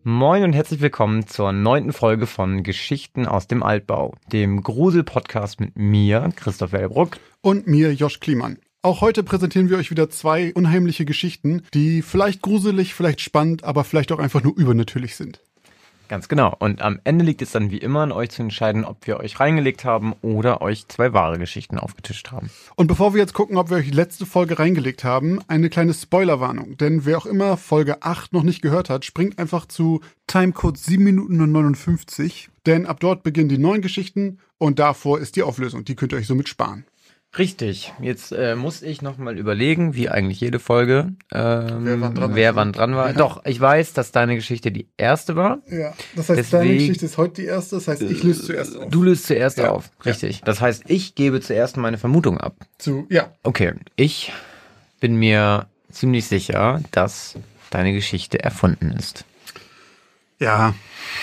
Moin und herzlich willkommen zur 9. Folge von Geschichten aus dem Altbau, dem Grusel-Podcast mit mir, Christoph Wellbruck. Und mir, Josh Kliemann. Auch heute präsentieren wir euch wieder 2 unheimliche Geschichten, die vielleicht gruselig, vielleicht spannend, aber vielleicht auch einfach nur übernatürlich sind. Ganz genau. Und am Ende liegt es dann wie immer an euch zu entscheiden, ob wir euch reingelegt haben oder euch 2 wahre Geschichten aufgetischt haben. Und bevor wir jetzt gucken, ob wir euch die letzte Folge reingelegt haben, eine kleine Spoilerwarnung. Denn wer auch immer Folge 8 noch nicht gehört hat, springt einfach zu Timecode 7 Minuten und 59. Denn ab dort beginnen die neuen Geschichten und davor ist die Auflösung. Die könnt ihr euch somit sparen. Richtig. Jetzt muss ich nochmal überlegen, wie eigentlich jede Folge, wer wann dran war. Ja. Doch, ich weiß, dass deine Geschichte die erste war. Ja, das heißt, deine Geschichte ist heute die erste. Das heißt, ich löse zuerst auf. Du löst zuerst auf. Richtig. Das heißt, ich gebe zuerst meine Vermutung ab. Ja. Okay, ich bin mir ziemlich sicher, dass deine Geschichte erfunden ist. Ja.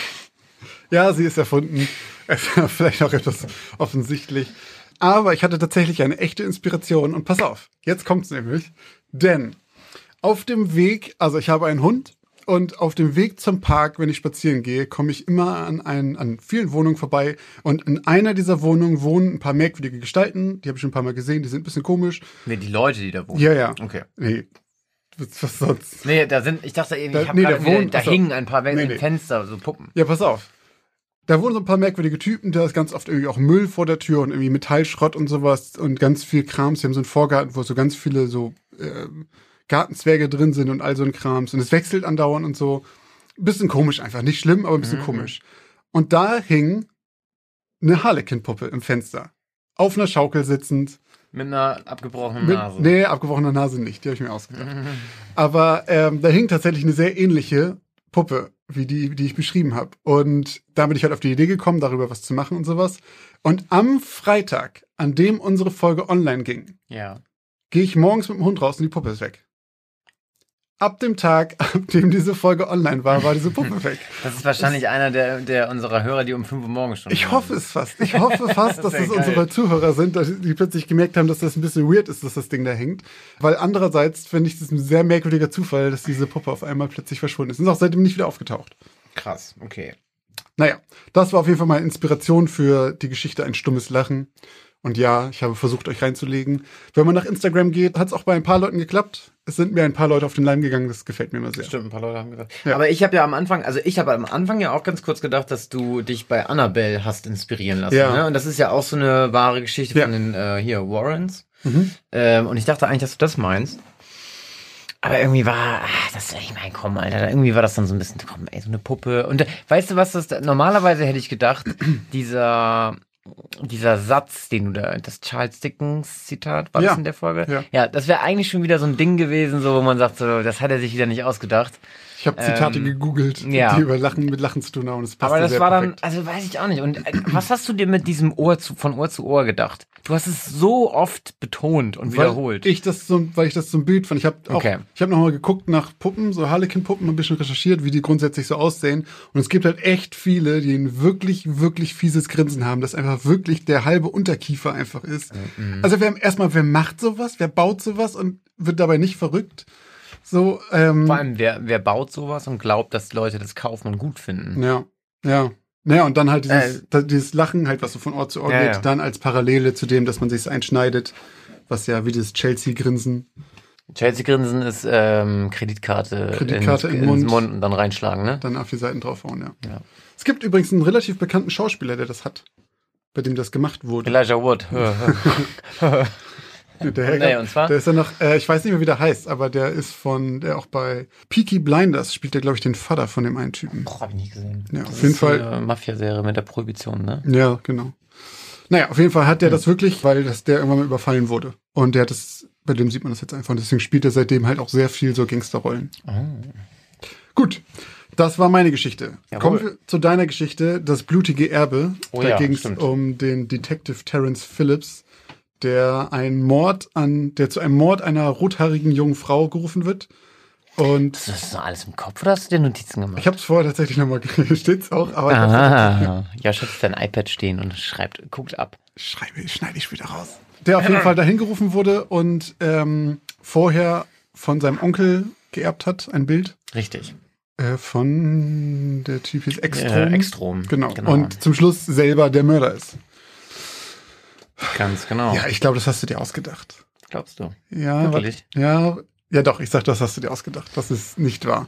Ja, sie ist erfunden. Vielleicht auch etwas offensichtlich. Aber ich hatte tatsächlich eine echte Inspiration. Und pass auf, jetzt kommt's nämlich. Denn auf dem Weg, also ich habe einen Hund. Und auf dem Weg zum Park, wenn ich spazieren gehe, komme ich immer an vielen Wohnungen vorbei. Und in einer dieser Wohnungen wohnen ein paar merkwürdige Gestalten. Die habe ich schon ein paar Mal gesehen. Die sind ein bisschen komisch. Nee, die Leute, die da wohnen. Ja. Okay. Nee. Was sonst? Nee, ich dachte eben, da hingen ein paar im Fenster, so Puppen. Ja, pass auf. Da wohnen so ein paar merkwürdige Typen, da ist ganz oft irgendwie auch Müll vor der Tür und irgendwie Metallschrott und sowas und ganz viel Krams. Die haben so einen Vorgarten, wo so ganz viele so Gartenzwerge drin sind und all so ein Krams. Und es wechselt andauernd und so. Ein bisschen komisch einfach. Nicht schlimm, aber ein bisschen komisch. Und da hing eine Harlequin-Puppe im Fenster. Auf einer Schaukel sitzend. Mit einer abgebrochenen Nase. Nee, abgebrochener Nase nicht. Die habe ich mir ausgedacht. Aber da hing tatsächlich eine sehr ähnliche Puppe, wie die ich beschrieben habe. Und da bin ich halt auf die Idee gekommen, darüber was zu machen und sowas. Und am Freitag, an dem unsere Folge online ging, gehe ich morgens mit dem Hund raus und die Puppe ist weg. Ab dem Tag, ab dem diese Folge online war diese Puppe weg. Das ist wahrscheinlich einer der unserer Hörer, die um 5 Uhr morgens schon Ich hoffe es fast. Ich hoffe fast, dass es unsere Zuhörer sind, die plötzlich gemerkt haben, dass das ein bisschen weird ist, dass das Ding da hängt. Weil andererseits finde ich das ein sehr merkwürdiger Zufall, dass diese Puppe auf einmal plötzlich verschwunden ist. Und ist auch seitdem nicht wieder aufgetaucht. Krass, okay. Naja, das war auf jeden Fall meine Inspiration für die Geschichte Ein stummes Lachen. Und ja, ich habe versucht, euch reinzulegen. Wenn man nach Instagram geht, hat es auch bei ein paar Leuten geklappt. Es sind mir ein paar Leute auf den Leim gegangen, das gefällt mir immer sehr. Stimmt, ein paar Leute haben gesagt. Ja. Aber ich habe am Anfang ja auch ganz kurz gedacht, dass du dich bei Annabelle hast inspirieren lassen. Ja. Ne? Und das ist ja auch so eine wahre Geschichte von den Warrens. Und ich dachte eigentlich, dass du das meinst. Aber irgendwie war, komm, Alter, irgendwie war das dann so ein bisschen, so eine Puppe. Und weißt du was, normalerweise hätte ich gedacht, dieser Satz, den du da, das Charles Dickens Zitat, war das in der Folge? Ja, das wäre eigentlich schon wieder so ein Ding gewesen, so, wo man sagt, so, das hat er sich wieder nicht ausgedacht. Ich habe Zitate gegoogelt, die mit Lachen zu tun haben. Das passt. Aber das war perfekt. dann, also weiß ich auch nicht. Und was hast du dir mit diesem von Ohr zu Ohr gedacht? Du hast es so oft betont und wiederholt. Weil ich das so ein Bild fand. Ich habe noch mal geguckt nach Puppen, so Harlequin-Puppen, ein bisschen recherchiert, wie die grundsätzlich so aussehen. Und es gibt halt echt viele, die ein wirklich, wirklich fieses Grinsen haben, das einfach wirklich der halbe Unterkiefer einfach ist. Also wer macht sowas? Wer baut sowas und wird dabei nicht verrückt? So, vor allem, wer baut sowas und glaubt, dass Leute das kaufen und gut finden? Ja. Naja, und dann halt dieses Lachen, halt, was so von Ohr zu Ohr geht, dann als Parallele zu dem, dass man sich einschneidet, was ja wie das Chelsea-Grinsen. Chelsea-Grinsen ist Kreditkarte in den Mund und dann reinschlagen, ne? Dann auf die Seiten draufhauen, ja. Es gibt übrigens einen relativ bekannten Schauspieler, der das hat, bei dem das gemacht wurde. Elijah Wood. Und zwar? Der ist ja noch, ich weiß nicht mehr, wie der heißt, aber der auch bei Peaky Blinders spielt der, glaube ich, den Vater von dem einen Typen. Hab ich nicht gesehen. Ja, auf jeden Fall. Eine Mafia-Serie mit der Prohibition, ne? Ja, genau. Naja, auf jeden Fall hat der das wirklich, weil der irgendwann mal überfallen wurde. Und bei dem sieht man das jetzt einfach. Und deswegen spielt er seitdem halt auch sehr viel so Gangsterrollen. Oh. Gut. Das war meine Geschichte. Jawohl. Kommen wir zu deiner Geschichte, das blutige Erbe. Da ging es um den Detective Terence Phillips, der zu einem Mord einer rothaarigen jungen Frau gerufen wird. Und ist das noch alles im Kopf oder hast du dir Notizen gemacht? Ich habe es vorher tatsächlich nochmal, steht's auch. Aber Josh hat sein iPad stehen und guckt ab. Schneide ich später raus. Der auf jeden Fall dahin gerufen wurde und vorher von seinem Onkel geerbt hat, ein Bild. Richtig. Von der Typ ist Ekstrom. Ekstrom. Genau. Und zum Schluss selber der Mörder ist. Ganz genau. Ja, ich glaube, das hast du dir ausgedacht. Glaubst du? Ja, wirklich? Ja, doch, ich sag, das hast du dir ausgedacht. Das ist nicht wahr.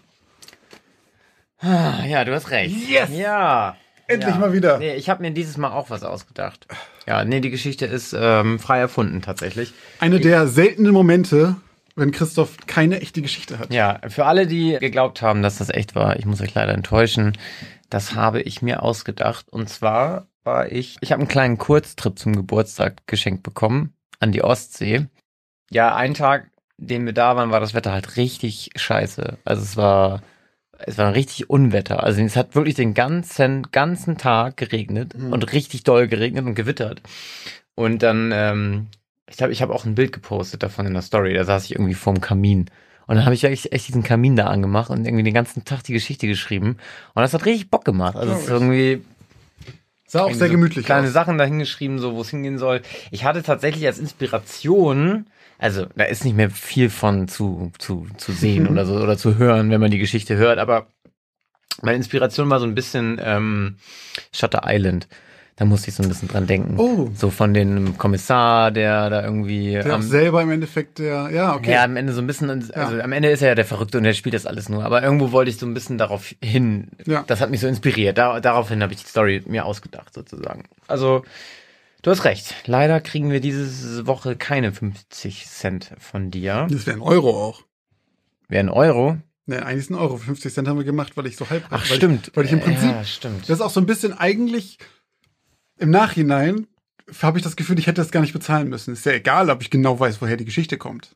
Ja, du hast recht. Yes! Ja. Endlich mal wieder. Nee, ich habe mir dieses Mal auch was ausgedacht. Ja, nee, die Geschichte ist frei erfunden tatsächlich. Eine der seltenen Momente, wenn Christoph keine echte Geschichte hat. Ja, für alle, die geglaubt haben, dass das echt war, ich muss euch leider enttäuschen, das habe ich mir ausgedacht. Und zwar ich habe einen kleinen Kurztrip zum Geburtstag geschenkt bekommen an die Ostsee. Ja, einen Tag, den wir da waren, war das Wetter halt richtig scheiße. Also es war ein richtig Unwetter. Also es hat wirklich den ganzen Tag geregnet und richtig doll geregnet und gewittert. Und dann, ich habe auch ein Bild gepostet davon in der Story. Da saß ich irgendwie vorm Kamin. Und dann habe ich echt diesen Kamin da angemacht und irgendwie den ganzen Tag die Geschichte geschrieben. Und das hat richtig Bock gemacht. Also es ist irgendwie... Sah auch sehr gemütlich aus. Kleine Sachen da hingeschrieben, so wo es hingehen soll. Ich hatte tatsächlich als Inspiration, also da ist nicht mehr viel von zu sehen oder so oder zu hören, wenn man die Geschichte hört, aber meine Inspiration war so ein bisschen Shutter Island. Da musste ich so ein bisschen dran denken. Oh. So von dem Kommissar, der da irgendwie... Der auch selber im Endeffekt ja, okay. Ja, am Ende so ein bisschen, also am Ende ist er ja der Verrückte und der spielt das alles nur. Aber irgendwo wollte ich so ein bisschen darauf hin, das hat mich so inspiriert. Daraufhin habe ich die Story mir ausgedacht, sozusagen. Also, du hast recht. Leider kriegen wir diese Woche keine 50 Cent von dir. Das wäre ein Euro auch. Wäre ein Euro? Ne, eigentlich ist ein Euro. 50 Cent haben wir gemacht, weil ich so halb... Ach, stimmt. Weil ich im Prinzip... Ja, stimmt. Das ist auch so ein bisschen eigentlich... Im Nachhinein habe ich das Gefühl, ich hätte das gar nicht bezahlen müssen. Ist ja egal, ob ich genau weiß, woher die Geschichte kommt.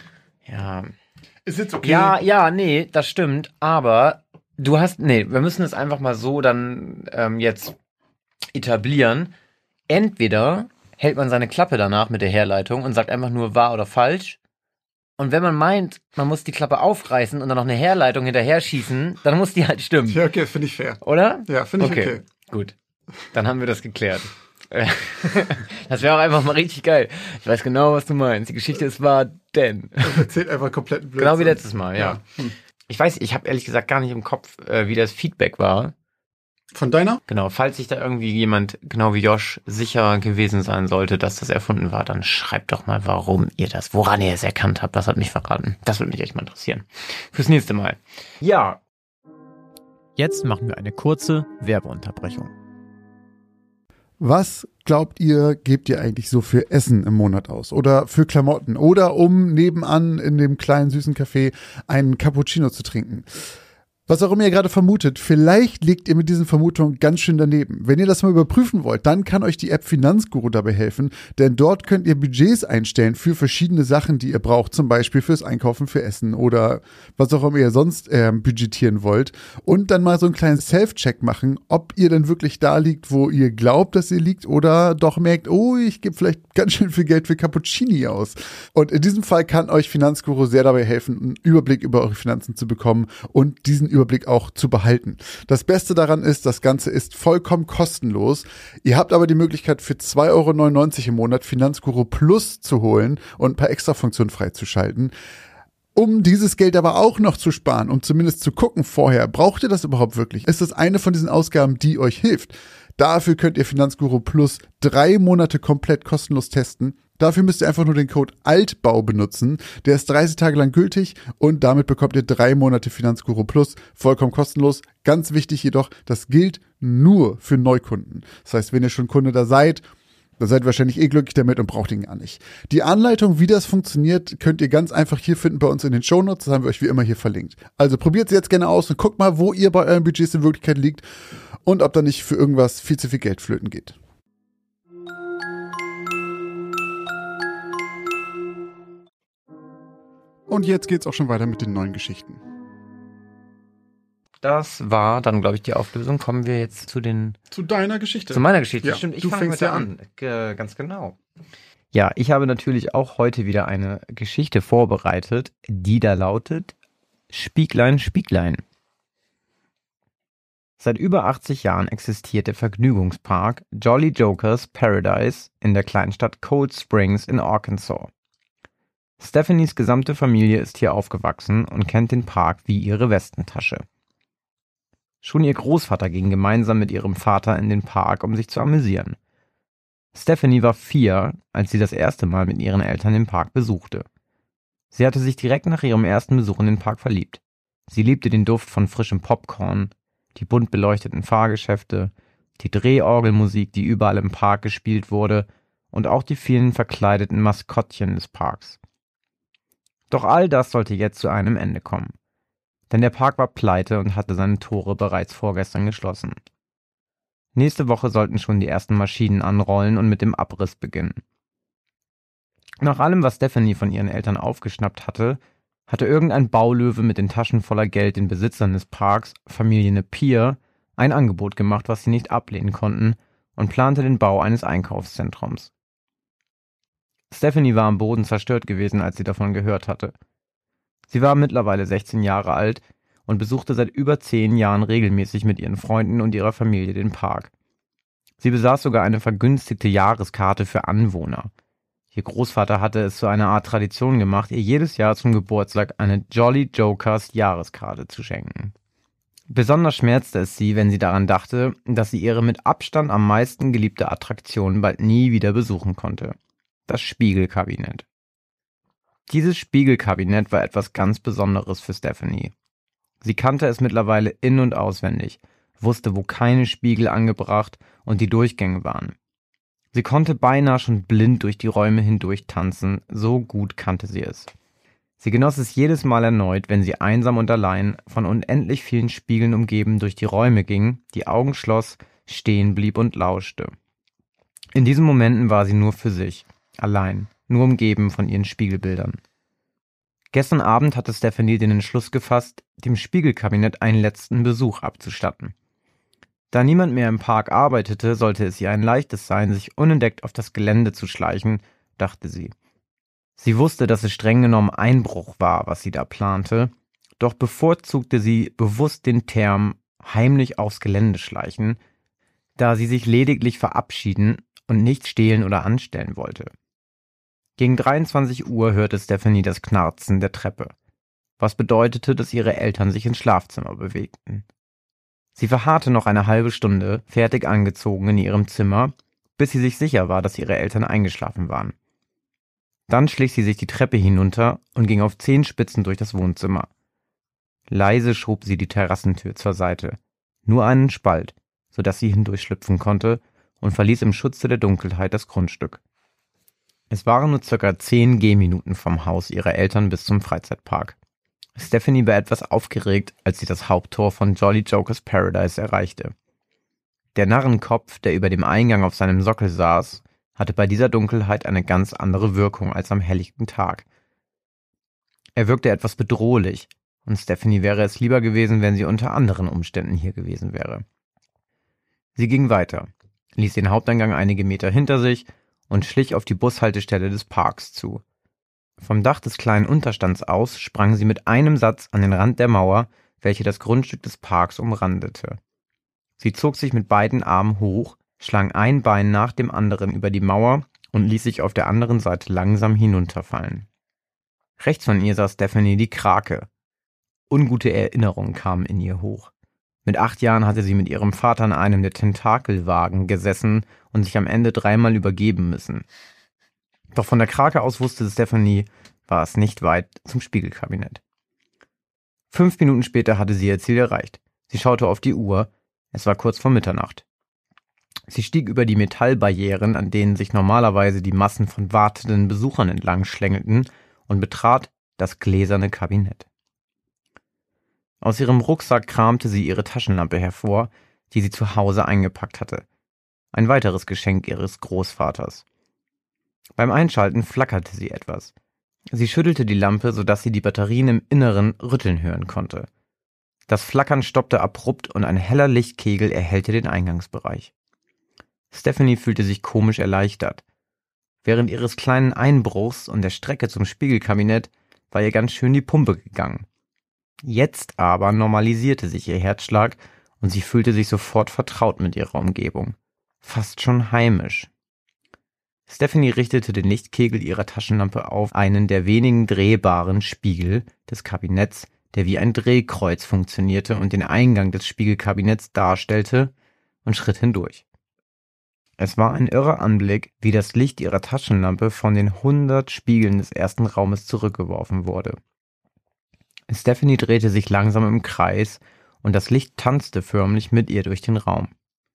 Ja. Ist jetzt okay. Ja, nee, das stimmt. Aber wir müssen es einfach mal so dann jetzt etablieren. Entweder hält man seine Klappe danach mit der Herleitung und sagt einfach nur wahr oder falsch. Und wenn man meint, man muss die Klappe aufreißen und dann noch eine Herleitung hinterher schießen, dann muss die halt stimmen. Ja, okay, finde ich fair. Oder? Ja, finde ich okay. Gut. Dann haben wir das geklärt. Das wäre auch einfach mal richtig geil. Ich weiß genau, was du meinst. Die Geschichte ist wahr, denn. Erzählt einfach komplett Blödsinn. Genau wie letztes Mal, ja. Ich habe ehrlich gesagt gar nicht im Kopf, wie das Feedback war. Von deiner? Genau, falls sich da irgendwie jemand, genau wie Josh, sicher gewesen sein sollte, dass das erfunden war, dann schreibt doch mal, woran ihr es erkannt habt. Das hat mich verraten. Das würde mich echt mal interessieren. Fürs nächste Mal. Ja. Jetzt machen wir eine kurze Werbeunterbrechung. Was glaubt ihr, gebt ihr eigentlich so für Essen im Monat aus? Oder für Klamotten? Oder um nebenan in dem kleinen süßen Café einen Cappuccino zu trinken? Was auch immer ihr gerade vermutet, vielleicht liegt ihr mit diesen Vermutungen ganz schön daneben. Wenn ihr das mal überprüfen wollt, dann kann euch die App Finanzguru dabei helfen, denn dort könnt ihr Budgets einstellen für verschiedene Sachen, die ihr braucht, zum Beispiel fürs Einkaufen, für Essen oder was auch immer ihr sonst budgetieren wollt und dann mal so einen kleinen Self-Check machen, ob ihr denn wirklich da liegt, wo ihr glaubt, dass ihr liegt oder doch merkt, oh, ich gebe vielleicht ganz schön viel Geld für Cappuccini aus. Und in diesem Fall kann euch Finanzguru sehr dabei helfen, einen Überblick über eure Finanzen zu bekommen und diesen Überblick auch zu behalten. Das Beste daran ist, das Ganze ist vollkommen kostenlos. Ihr habt aber die Möglichkeit für 2,99 € im Monat Finanzguru Plus zu holen und ein paar Extrafunktionen freizuschalten. Um dieses Geld aber auch noch zu sparen, um zumindest zu gucken vorher, braucht ihr das überhaupt wirklich? Ist das eine von diesen Ausgaben, die euch hilft? Dafür könnt ihr Finanzguru Plus 3 Monate komplett kostenlos testen. Dafür müsst ihr einfach nur den Code ALTBAU benutzen. Der ist 30 Tage lang gültig und damit bekommt ihr 3 Monate Finanzguru Plus vollkommen kostenlos. Ganz wichtig jedoch, das gilt nur für Neukunden. Das heißt, wenn ihr schon Kunde da seid, dann seid ihr wahrscheinlich glücklich damit und braucht ihn gar nicht. Die Anleitung, wie das funktioniert, könnt ihr ganz einfach hier finden bei uns in den Shownotes. Das haben wir euch wie immer hier verlinkt. Also probiert es jetzt gerne aus und guckt mal, wo ihr bei euren Budgets in Wirklichkeit liegt und ob da nicht für irgendwas viel zu viel Geld flöten geht. Und jetzt geht's auch schon weiter mit den neuen Geschichten. Das war dann, glaube ich, die Auflösung. Kommen wir jetzt zu deiner Geschichte. Zu meiner Geschichte. Ja, Stimmt, ich du fange fängst heute ja an. Ganz genau. Ja, ich habe natürlich auch heute wieder eine Geschichte vorbereitet, die da lautet Spieglein, Spieglein. Seit über 80 Jahren existiert der Vergnügungspark Jolly Jokers Paradise in der Kleinstadt Cold Springs in Arkansas. Stephanies gesamte Familie ist hier aufgewachsen und kennt den Park wie ihre Westentasche. Schon ihr Großvater ging gemeinsam mit ihrem Vater in den Park, um sich zu amüsieren. Stephanie war 4, als sie das erste Mal mit ihren Eltern den Park besuchte. Sie hatte sich direkt nach ihrem ersten Besuch in den Park verliebt. Sie liebte den Duft von frischem Popcorn, die bunt beleuchteten Fahrgeschäfte, die Drehorgelmusik, die überall im Park gespielt wurde, und auch die vielen verkleideten Maskottchen des Parks. Doch all das sollte jetzt zu einem Ende kommen. Denn der Park war pleite und hatte seine Tore bereits vorgestern geschlossen. Nächste Woche sollten schon die ersten Maschinen anrollen und mit dem Abriss beginnen. Nach allem, was Stephanie von ihren Eltern aufgeschnappt hatte, hatte irgendein Baulöwe mit den Taschen voller Geld den Besitzern des Parks, Familie Napier, ein Angebot gemacht, was sie nicht ablehnen konnten, und plante den Bau eines Einkaufszentrums. Stephanie war am Boden zerstört gewesen, als sie davon gehört hatte. Sie war mittlerweile 16 Jahre alt und besuchte seit über 10 Jahren regelmäßig mit ihren Freunden und ihrer Familie den Park. Sie besaß sogar eine vergünstigte Jahreskarte für Anwohner. Ihr Großvater hatte es zu einer Art Tradition gemacht, ihr jedes Jahr zum Geburtstag eine Jolly Jokers Jahreskarte zu schenken. Besonders schmerzte es sie, wenn sie daran dachte, dass sie ihre mit Abstand am meisten geliebte Attraktion bald nie wieder besuchen konnte: das Spiegelkabinett. Dieses Spiegelkabinett war etwas ganz Besonderes für Stephanie. Sie kannte es mittlerweile in- und auswendig, wusste, wo keine Spiegel angebracht und die Durchgänge waren. Sie konnte beinahe schon blind durch die Räume hindurch tanzen, so gut kannte sie es. Sie genoss es jedes Mal erneut, wenn sie einsam und allein, von unendlich vielen Spiegeln umgeben, durch die Räume ging, die Augen schloss, stehen blieb und lauschte. In diesen Momenten war sie nur für sich, allein, nur umgeben von ihren Spiegelbildern. Gestern Abend hatte Stephanie den Entschluss gefasst, dem Spiegelkabinett einen letzten Besuch abzustatten. Da niemand mehr im Park arbeitete, sollte es ihr ein leichtes sein, sich unentdeckt auf das Gelände zu schleichen, dachte sie. Sie wusste, dass es streng genommen Einbruch war, was sie da plante, doch bevorzugte sie bewusst den Term heimlich aufs Gelände schleichen, da sie sich lediglich verabschieden und nicht stehlen oder anstellen wollte. Gegen 23 Uhr hörte Stephanie das Knarzen der Treppe, was bedeutete, dass ihre Eltern sich ins Schlafzimmer bewegten. Sie verharrte noch eine halbe Stunde, fertig angezogen in ihrem Zimmer, bis sie sich sicher war, dass ihre Eltern eingeschlafen waren. Dann schlich sie sich die Treppe hinunter und ging auf Zehenspitzen durch das Wohnzimmer. Leise schob sie die Terrassentür zur Seite, nur einen Spalt, sodass sie hindurchschlüpfen konnte, und verließ im Schutze der Dunkelheit das Grundstück. Es waren nur ca. 10 Gehminuten vom Haus ihrer Eltern bis zum Freizeitpark. Stephanie war etwas aufgeregt, als sie das Haupttor von Jolly Jokers Paradise erreichte. Der Narrenkopf, der über dem Eingang auf seinem Sockel saß, hatte bei dieser Dunkelheit eine ganz andere Wirkung als am helllichten Tag. Er wirkte etwas bedrohlich, und Stephanie wäre es lieber gewesen, wenn sie unter anderen Umständen hier gewesen wäre. Sie ging weiter, ließ den Haupteingang einige Meter hinter sich und schlich auf die Bushaltestelle des Parks zu. Vom Dach des kleinen Unterstands aus sprang sie mit einem Satz an den Rand der Mauer, welche das Grundstück des Parks umrandete. Sie zog sich mit beiden Armen hoch, schlang ein Bein nach dem anderen über die Mauer und ließ sich auf der anderen Seite langsam hinunterfallen. Rechts von ihr sah Stephanie die Krake. Ungute Erinnerungen kamen in ihr hoch. Mit 8 Jahren hatte sie mit ihrem Vater in einem der Tentakelwagen gesessen und sich am Ende 3-mal übergeben müssen. Doch von der Krake aus wusste Stephanie, war es nicht weit zum Spiegelkabinett. 5 Minuten später hatte sie ihr Ziel erreicht. Sie schaute auf die Uhr. Es war kurz vor Mitternacht. Sie stieg über die Metallbarrieren, an denen sich normalerweise die Massen von wartenden Besuchern entlang schlängelten, und betrat das gläserne Kabinett. Aus ihrem Rucksack kramte sie ihre Taschenlampe hervor, die sie zu Hause eingepackt hatte. Ein weiteres Geschenk ihres Großvaters. Beim Einschalten flackerte sie etwas. Sie schüttelte die Lampe, sodass sie die Batterien im Inneren rütteln hören konnte. Das Flackern stoppte abrupt und ein heller Lichtkegel erhellte den Eingangsbereich. Stephanie fühlte sich komisch erleichtert. Während ihres kleinen Einbruchs und der Strecke zum Spiegelkabinett war ihr ganz schön die Pumpe gegangen. Jetzt aber normalisierte sich ihr Herzschlag und sie fühlte sich sofort vertraut mit ihrer Umgebung. Fast schon heimisch. Stephanie richtete den Lichtkegel ihrer Taschenlampe auf einen der wenigen drehbaren Spiegel des Kabinetts, der wie ein Drehkreuz funktionierte und den Eingang des Spiegelkabinetts darstellte, und schritt hindurch. Es war ein irrer Anblick, wie das Licht ihrer Taschenlampe von den 100 Spiegeln des ersten Raumes zurückgeworfen wurde. Stephanie drehte sich langsam im Kreis und das Licht tanzte förmlich mit ihr durch den Raum.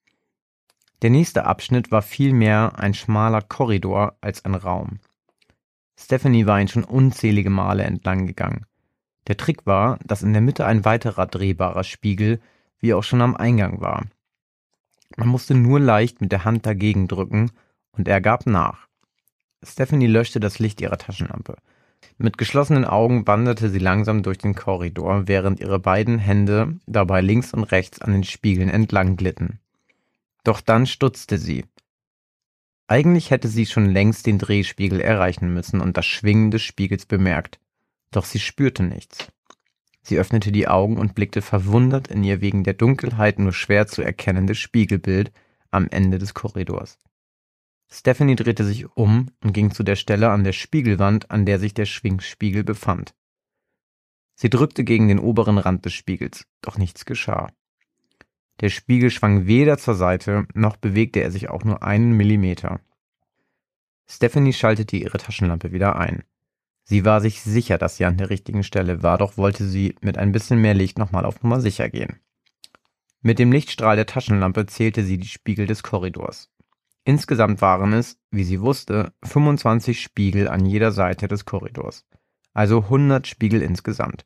Der nächste Abschnitt war vielmehr ein schmaler Korridor als ein Raum. Stephanie war ihn schon unzählige Male entlang gegangen. Der Trick war, dass in der Mitte ein weiterer drehbarer Spiegel, wie auch schon am Eingang war. Man musste nur leicht mit der Hand dagegen drücken und er gab nach. Stephanie löschte das Licht ihrer Taschenlampe. Mit geschlossenen Augen wanderte sie langsam durch den Korridor, während ihre beiden Hände dabei links und rechts an den Spiegeln entlang glitten. Doch dann stutzte sie. Eigentlich hätte sie schon längst den Drehspiegel erreichen müssen und das Schwingen des Spiegels bemerkt. Doch sie spürte nichts. Sie öffnete die Augen und blickte verwundert in ihr wegen der Dunkelheit nur schwer zu erkennende Spiegelbild am Ende des Korridors. Stephanie drehte sich um und ging zu der Stelle an der Spiegelwand, an der sich der Schwingspiegel befand. Sie drückte gegen den oberen Rand des Spiegels, doch nichts geschah. Der Spiegel schwang weder zur Seite, noch bewegte er sich auch nur einen Millimeter. Stephanie schaltete ihre Taschenlampe wieder ein. Sie war sich sicher, dass sie an der richtigen Stelle war, doch wollte sie mit ein bisschen mehr Licht nochmal auf Nummer sicher gehen. Mit dem Lichtstrahl der Taschenlampe zählte sie die Spiegel des Korridors. Insgesamt waren es, wie sie wusste, 25 Spiegel an jeder Seite des Korridors, also 100 Spiegel insgesamt.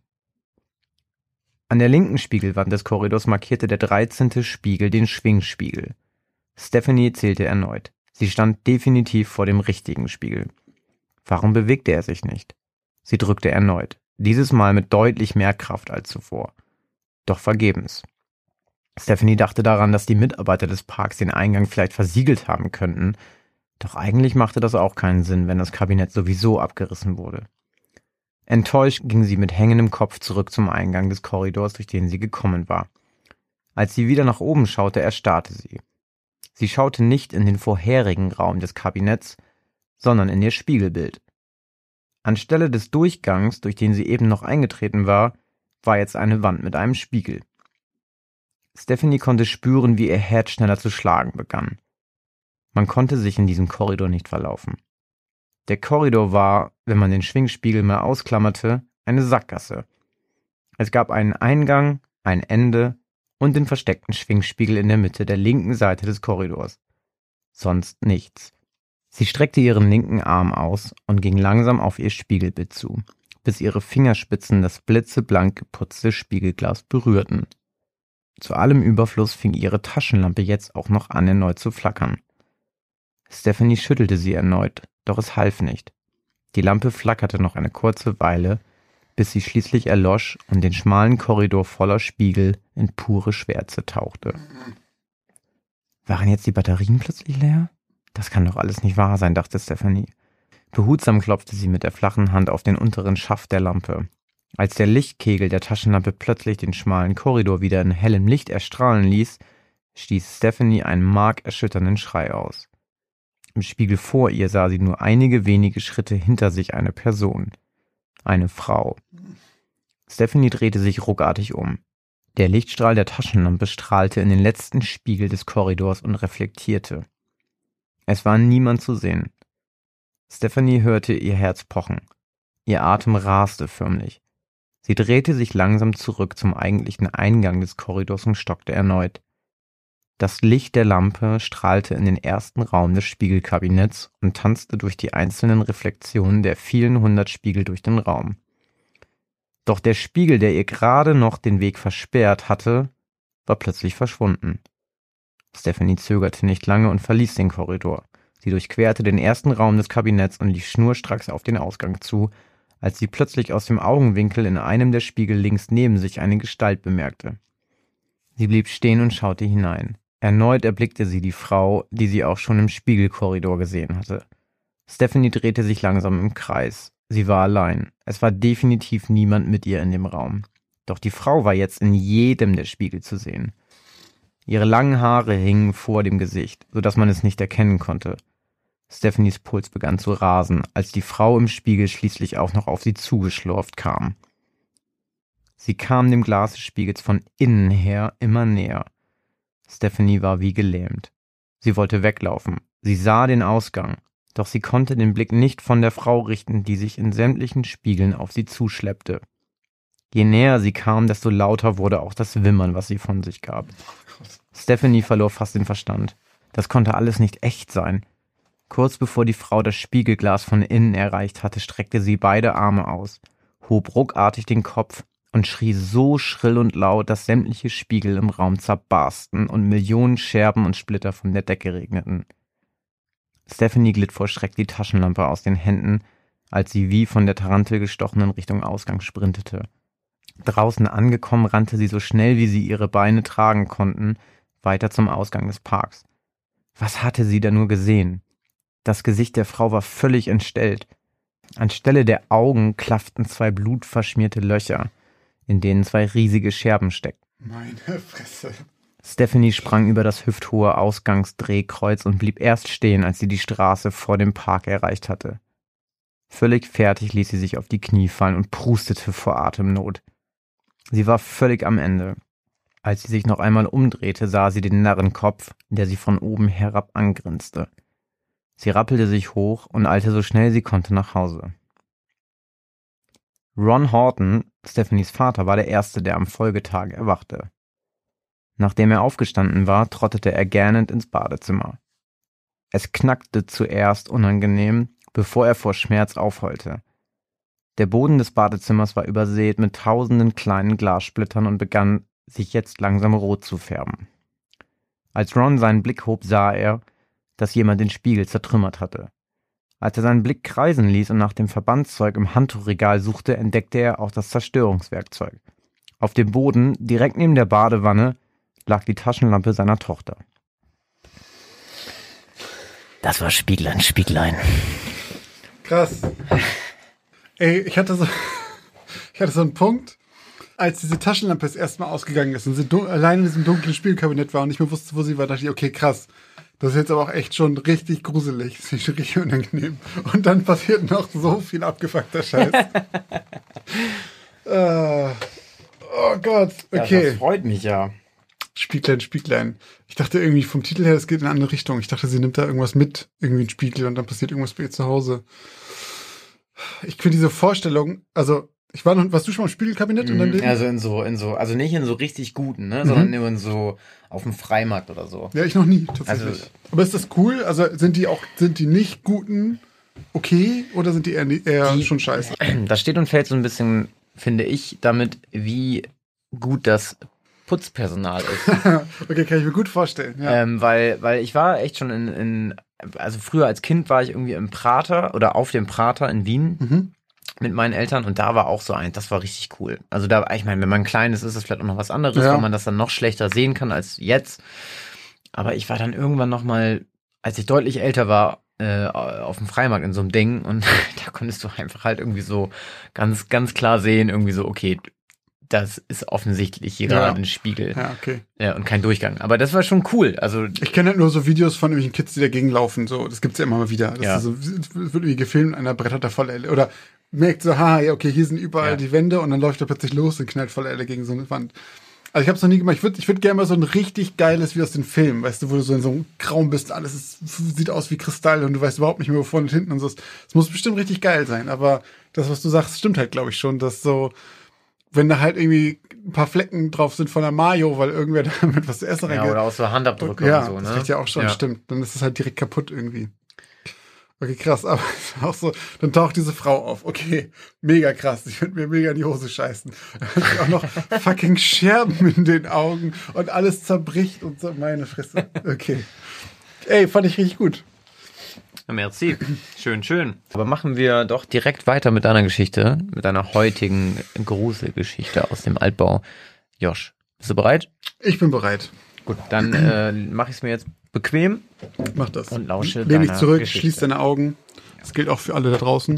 An der linken Spiegelwand des Korridors markierte der 13. Spiegel den Schwingspiegel. Stephanie zählte erneut. Sie stand definitiv vor dem richtigen Spiegel. Warum bewegte er sich nicht? Sie drückte erneut, dieses Mal mit deutlich mehr Kraft als zuvor. Doch vergebens. Stephanie dachte daran, dass die Mitarbeiter des Parks den Eingang vielleicht versiegelt haben könnten, doch eigentlich machte das auch keinen Sinn, wenn das Kabinett sowieso abgerissen wurde. Enttäuscht ging sie mit hängendem Kopf zurück zum Eingang des Korridors, durch den sie gekommen war. Als sie wieder nach oben schaute, erstarrte sie. Sie schaute nicht in den vorherigen Raum des Kabinetts, sondern in ihr Spiegelbild. Anstelle des Durchgangs, durch den sie eben noch eingetreten war, war jetzt eine Wand mit einem Spiegel. Stephanie konnte spüren, wie ihr Herz schneller zu schlagen begann. Man konnte sich in diesem Korridor nicht verlaufen. Der Korridor war, wenn man den Schwingspiegel mal ausklammerte, eine Sackgasse. Es gab einen Eingang, ein Ende und den versteckten Schwingspiegel in der Mitte der linken Seite des Korridors. Sonst nichts. Sie streckte ihren linken Arm aus und ging langsam auf ihr Spiegelbild zu, bis ihre Fingerspitzen das blitzeblank geputzte Spiegelglas berührten. Zu allem Überfluss fing ihre Taschenlampe jetzt auch noch an, erneut zu flackern. Stephanie schüttelte sie erneut, doch es half nicht. Die Lampe flackerte noch eine kurze Weile, bis sie schließlich erlosch und den schmalen Korridor voller Spiegel in pure Schwärze tauchte. Waren jetzt die Batterien plötzlich leer? Das kann doch alles nicht wahr sein, dachte Stephanie. Behutsam klopfte sie mit der flachen Hand auf den unteren Schaft der Lampe. Als der Lichtkegel der Taschenlampe plötzlich den schmalen Korridor wieder in hellem Licht erstrahlen ließ, stieß Stephanie einen markerschütternden Schrei aus. Im Spiegel vor ihr sah sie nur einige wenige Schritte hinter sich eine Person. Eine Frau. Stephanie drehte sich ruckartig um. Der Lichtstrahl der Taschenlampe strahlte in den letzten Spiegel des Korridors und reflektierte. Es war niemand zu sehen. Stephanie hörte ihr Herz pochen. Ihr Atem raste förmlich. Sie drehte sich langsam zurück zum eigentlichen Eingang des Korridors und stockte erneut. Das Licht der Lampe strahlte in den ersten Raum des Spiegelkabinetts und tanzte durch die einzelnen Reflexionen der vielen 100 Spiegel durch den Raum. Doch der Spiegel, der ihr gerade noch den Weg versperrt hatte, war plötzlich verschwunden. Stephanie zögerte nicht lange und verließ den Korridor. Sie durchquerte den ersten Raum des Kabinetts und lief schnurstracks auf den Ausgang zu, als sie plötzlich aus dem Augenwinkel in einem der Spiegel links neben sich eine Gestalt bemerkte. Sie blieb stehen und schaute hinein. Erneut erblickte sie die Frau, die sie auch schon im Spiegelkorridor gesehen hatte. Stephanie drehte sich langsam im Kreis. Sie war allein. Es war definitiv niemand mit ihr in dem Raum. Doch die Frau war jetzt in jedem der Spiegel zu sehen. Ihre langen Haare hingen vor dem Gesicht, sodass man es nicht erkennen konnte. Stephanies Puls begann zu rasen, als die Frau im Spiegel schließlich auch noch auf sie zugeschlurft kam. Sie kam dem Glas des Spiegels von innen her immer näher. Stephanie war wie gelähmt. Sie wollte weglaufen. Sie sah den Ausgang. Doch sie konnte den Blick nicht von der Frau richten, die sich in sämtlichen Spiegeln auf sie zuschleppte. Je näher sie kam, desto lauter wurde auch das Wimmern, was sie von sich gab. Stephanie verlor fast den Verstand. Das konnte alles nicht echt sein. Kurz bevor die Frau das Spiegelglas von innen erreicht hatte, streckte sie beide Arme aus, hob ruckartig den Kopf und schrie so schrill und laut, dass sämtliche Spiegel im Raum zerbarsten und Millionen Scherben und Splitter von der Decke regneten. Stephanie glitt vor Schreck die Taschenlampe aus den Händen, als sie wie von der Tarantel gestochen in Richtung Ausgang sprintete. Draußen angekommen, rannte sie so schnell, wie sie ihre Beine tragen konnten, weiter zum Ausgang des Parks. Was hatte sie da nur gesehen? Das Gesicht der Frau war völlig entstellt. Anstelle der Augen klafften 2 blutverschmierte Löcher, in denen 2 riesige Scherben steckten. Meine Fresse. Stephanie sprang über das hüfthohe Ausgangsdrehkreuz und blieb erst stehen, als sie die Straße vor dem Park erreicht hatte. Völlig fertig ließ sie sich auf die Knie fallen und prustete vor Atemnot. Sie war völlig am Ende. Als sie sich noch einmal umdrehte, sah sie den Narrenkopf, der sie von oben herab angrinste. Sie rappelte sich hoch und eilte so schnell sie konnte nach Hause. Ron Horton, Stephanies Vater, war der Erste, der am Folgetag erwachte. Nachdem er aufgestanden war, trottete er gähnend ins Badezimmer. Es knackte zuerst unangenehm, bevor er vor Schmerz aufheulte. Der Boden des Badezimmers war übersät mit tausenden kleinen Glassplittern und begann, sich jetzt langsam rot zu färben. Als Ron seinen Blick hob, sah er, dass jemand den Spiegel zertrümmert hatte. Als er seinen Blick kreisen ließ und nach dem Verbandszeug im Handtuchregal suchte, entdeckte er auch das Zerstörungswerkzeug. Auf dem Boden, direkt neben der Badewanne, lag die Taschenlampe seiner Tochter. Das war Spieglein, Spieglein. Krass. Ey, ich hatte so einen Punkt, als diese Taschenlampe das erste Mal ausgegangen ist und sie allein in diesem dunklen Spielkabinett war und nicht mehr wusste, wo sie war, dachte ich, okay, krass. Das ist jetzt aber auch echt schon richtig gruselig. Das ist richtig unangenehm. Und dann passiert noch so viel abgefuckter Scheiß. Oh Gott, okay. Ja, das freut mich ja. Spieglein, Spieglein. Ich dachte irgendwie vom Titel her, es geht in eine andere Richtung. Ich dachte, sie nimmt da irgendwas mit, irgendwie einen Spiegel und dann passiert irgendwas bei ihr zu Hause. Ich finde diese Vorstellung, also warst du schon mal im Spiegelkabinett in deinem Leben? Also also nicht in so richtig guten, ne, sondern nur in so auf dem Freimarkt oder so. Ja, ich noch nie, tatsächlich. Also, aber ist das cool? Also sind die nicht guten okay oder sind die eher schon scheiße? Das steht und fällt so ein bisschen, finde ich, damit, wie gut das Putzpersonal ist. Okay, kann ich mir gut vorstellen. Ja. Weil ich war echt schon also früher als Kind war ich irgendwie im Prater oder auf dem Prater in Wien mit meinen Eltern und da war auch so das war richtig cool. Also da, ich meine, wenn man klein ist, ist das vielleicht auch noch was anderes, weil man das dann noch schlechter sehen kann als jetzt. Aber ich war dann irgendwann nochmal, als ich deutlich älter war, auf dem Freimarkt in so einem Ding und da konntest du einfach halt irgendwie so ganz, ganz klar sehen, irgendwie so, okay, das ist offensichtlich hier gerade ein Spiegel. Ja, okay. Ja, und kein Durchgang. Aber das war schon cool. Also ich kenne halt nur so Videos von irgendwelchen Kids, die dagegen laufen. So, das gibt's ja immer mal wieder. Das wird irgendwie gefilmt, einer brettert da voll oder merkt so, ja, okay, hier sind überall die Wände und dann läuft er plötzlich los und knallt voll gegen so eine Wand. Also ich habe es noch nie gemacht. Ich würd gerne mal so ein richtig geiles wie aus den Filmen, weißt du, wo du so in so einem Raum bist, alles sieht aus wie Kristall und du weißt überhaupt nicht mehr, wo vorne und hinten und so. Es muss bestimmt richtig geil sein, aber das, was du sagst, stimmt halt, glaube ich, schon, dass so, wenn da halt irgendwie ein paar Flecken drauf sind von der Mayo, weil irgendwer da mit was zu essen reingeht. Ja, oder auch so Handabdrücke und so, ne? Das reicht ja auch schon, stimmt. Dann ist es halt direkt kaputt irgendwie. Okay, krass, aber es ist auch so, dann taucht diese Frau auf. Okay, mega krass, ich würde mir mega in die Hose scheißen. Dann hat auch noch fucking Scherben in den Augen und alles zerbricht und so, meine Fresse. Okay. Ey, fand ich richtig gut. Merci. Schön, schön. Aber machen wir doch direkt weiter mit deiner Geschichte, mit deiner heutigen Gruselgeschichte aus dem Altbau. Josh, bist du bereit? Ich bin bereit. Gut, dann mache ich es mir jetzt bequem. Mach das. Und lausche Lehn dich zurück, Geschichte. schließ deine Augen. Das gilt auch für alle da draußen.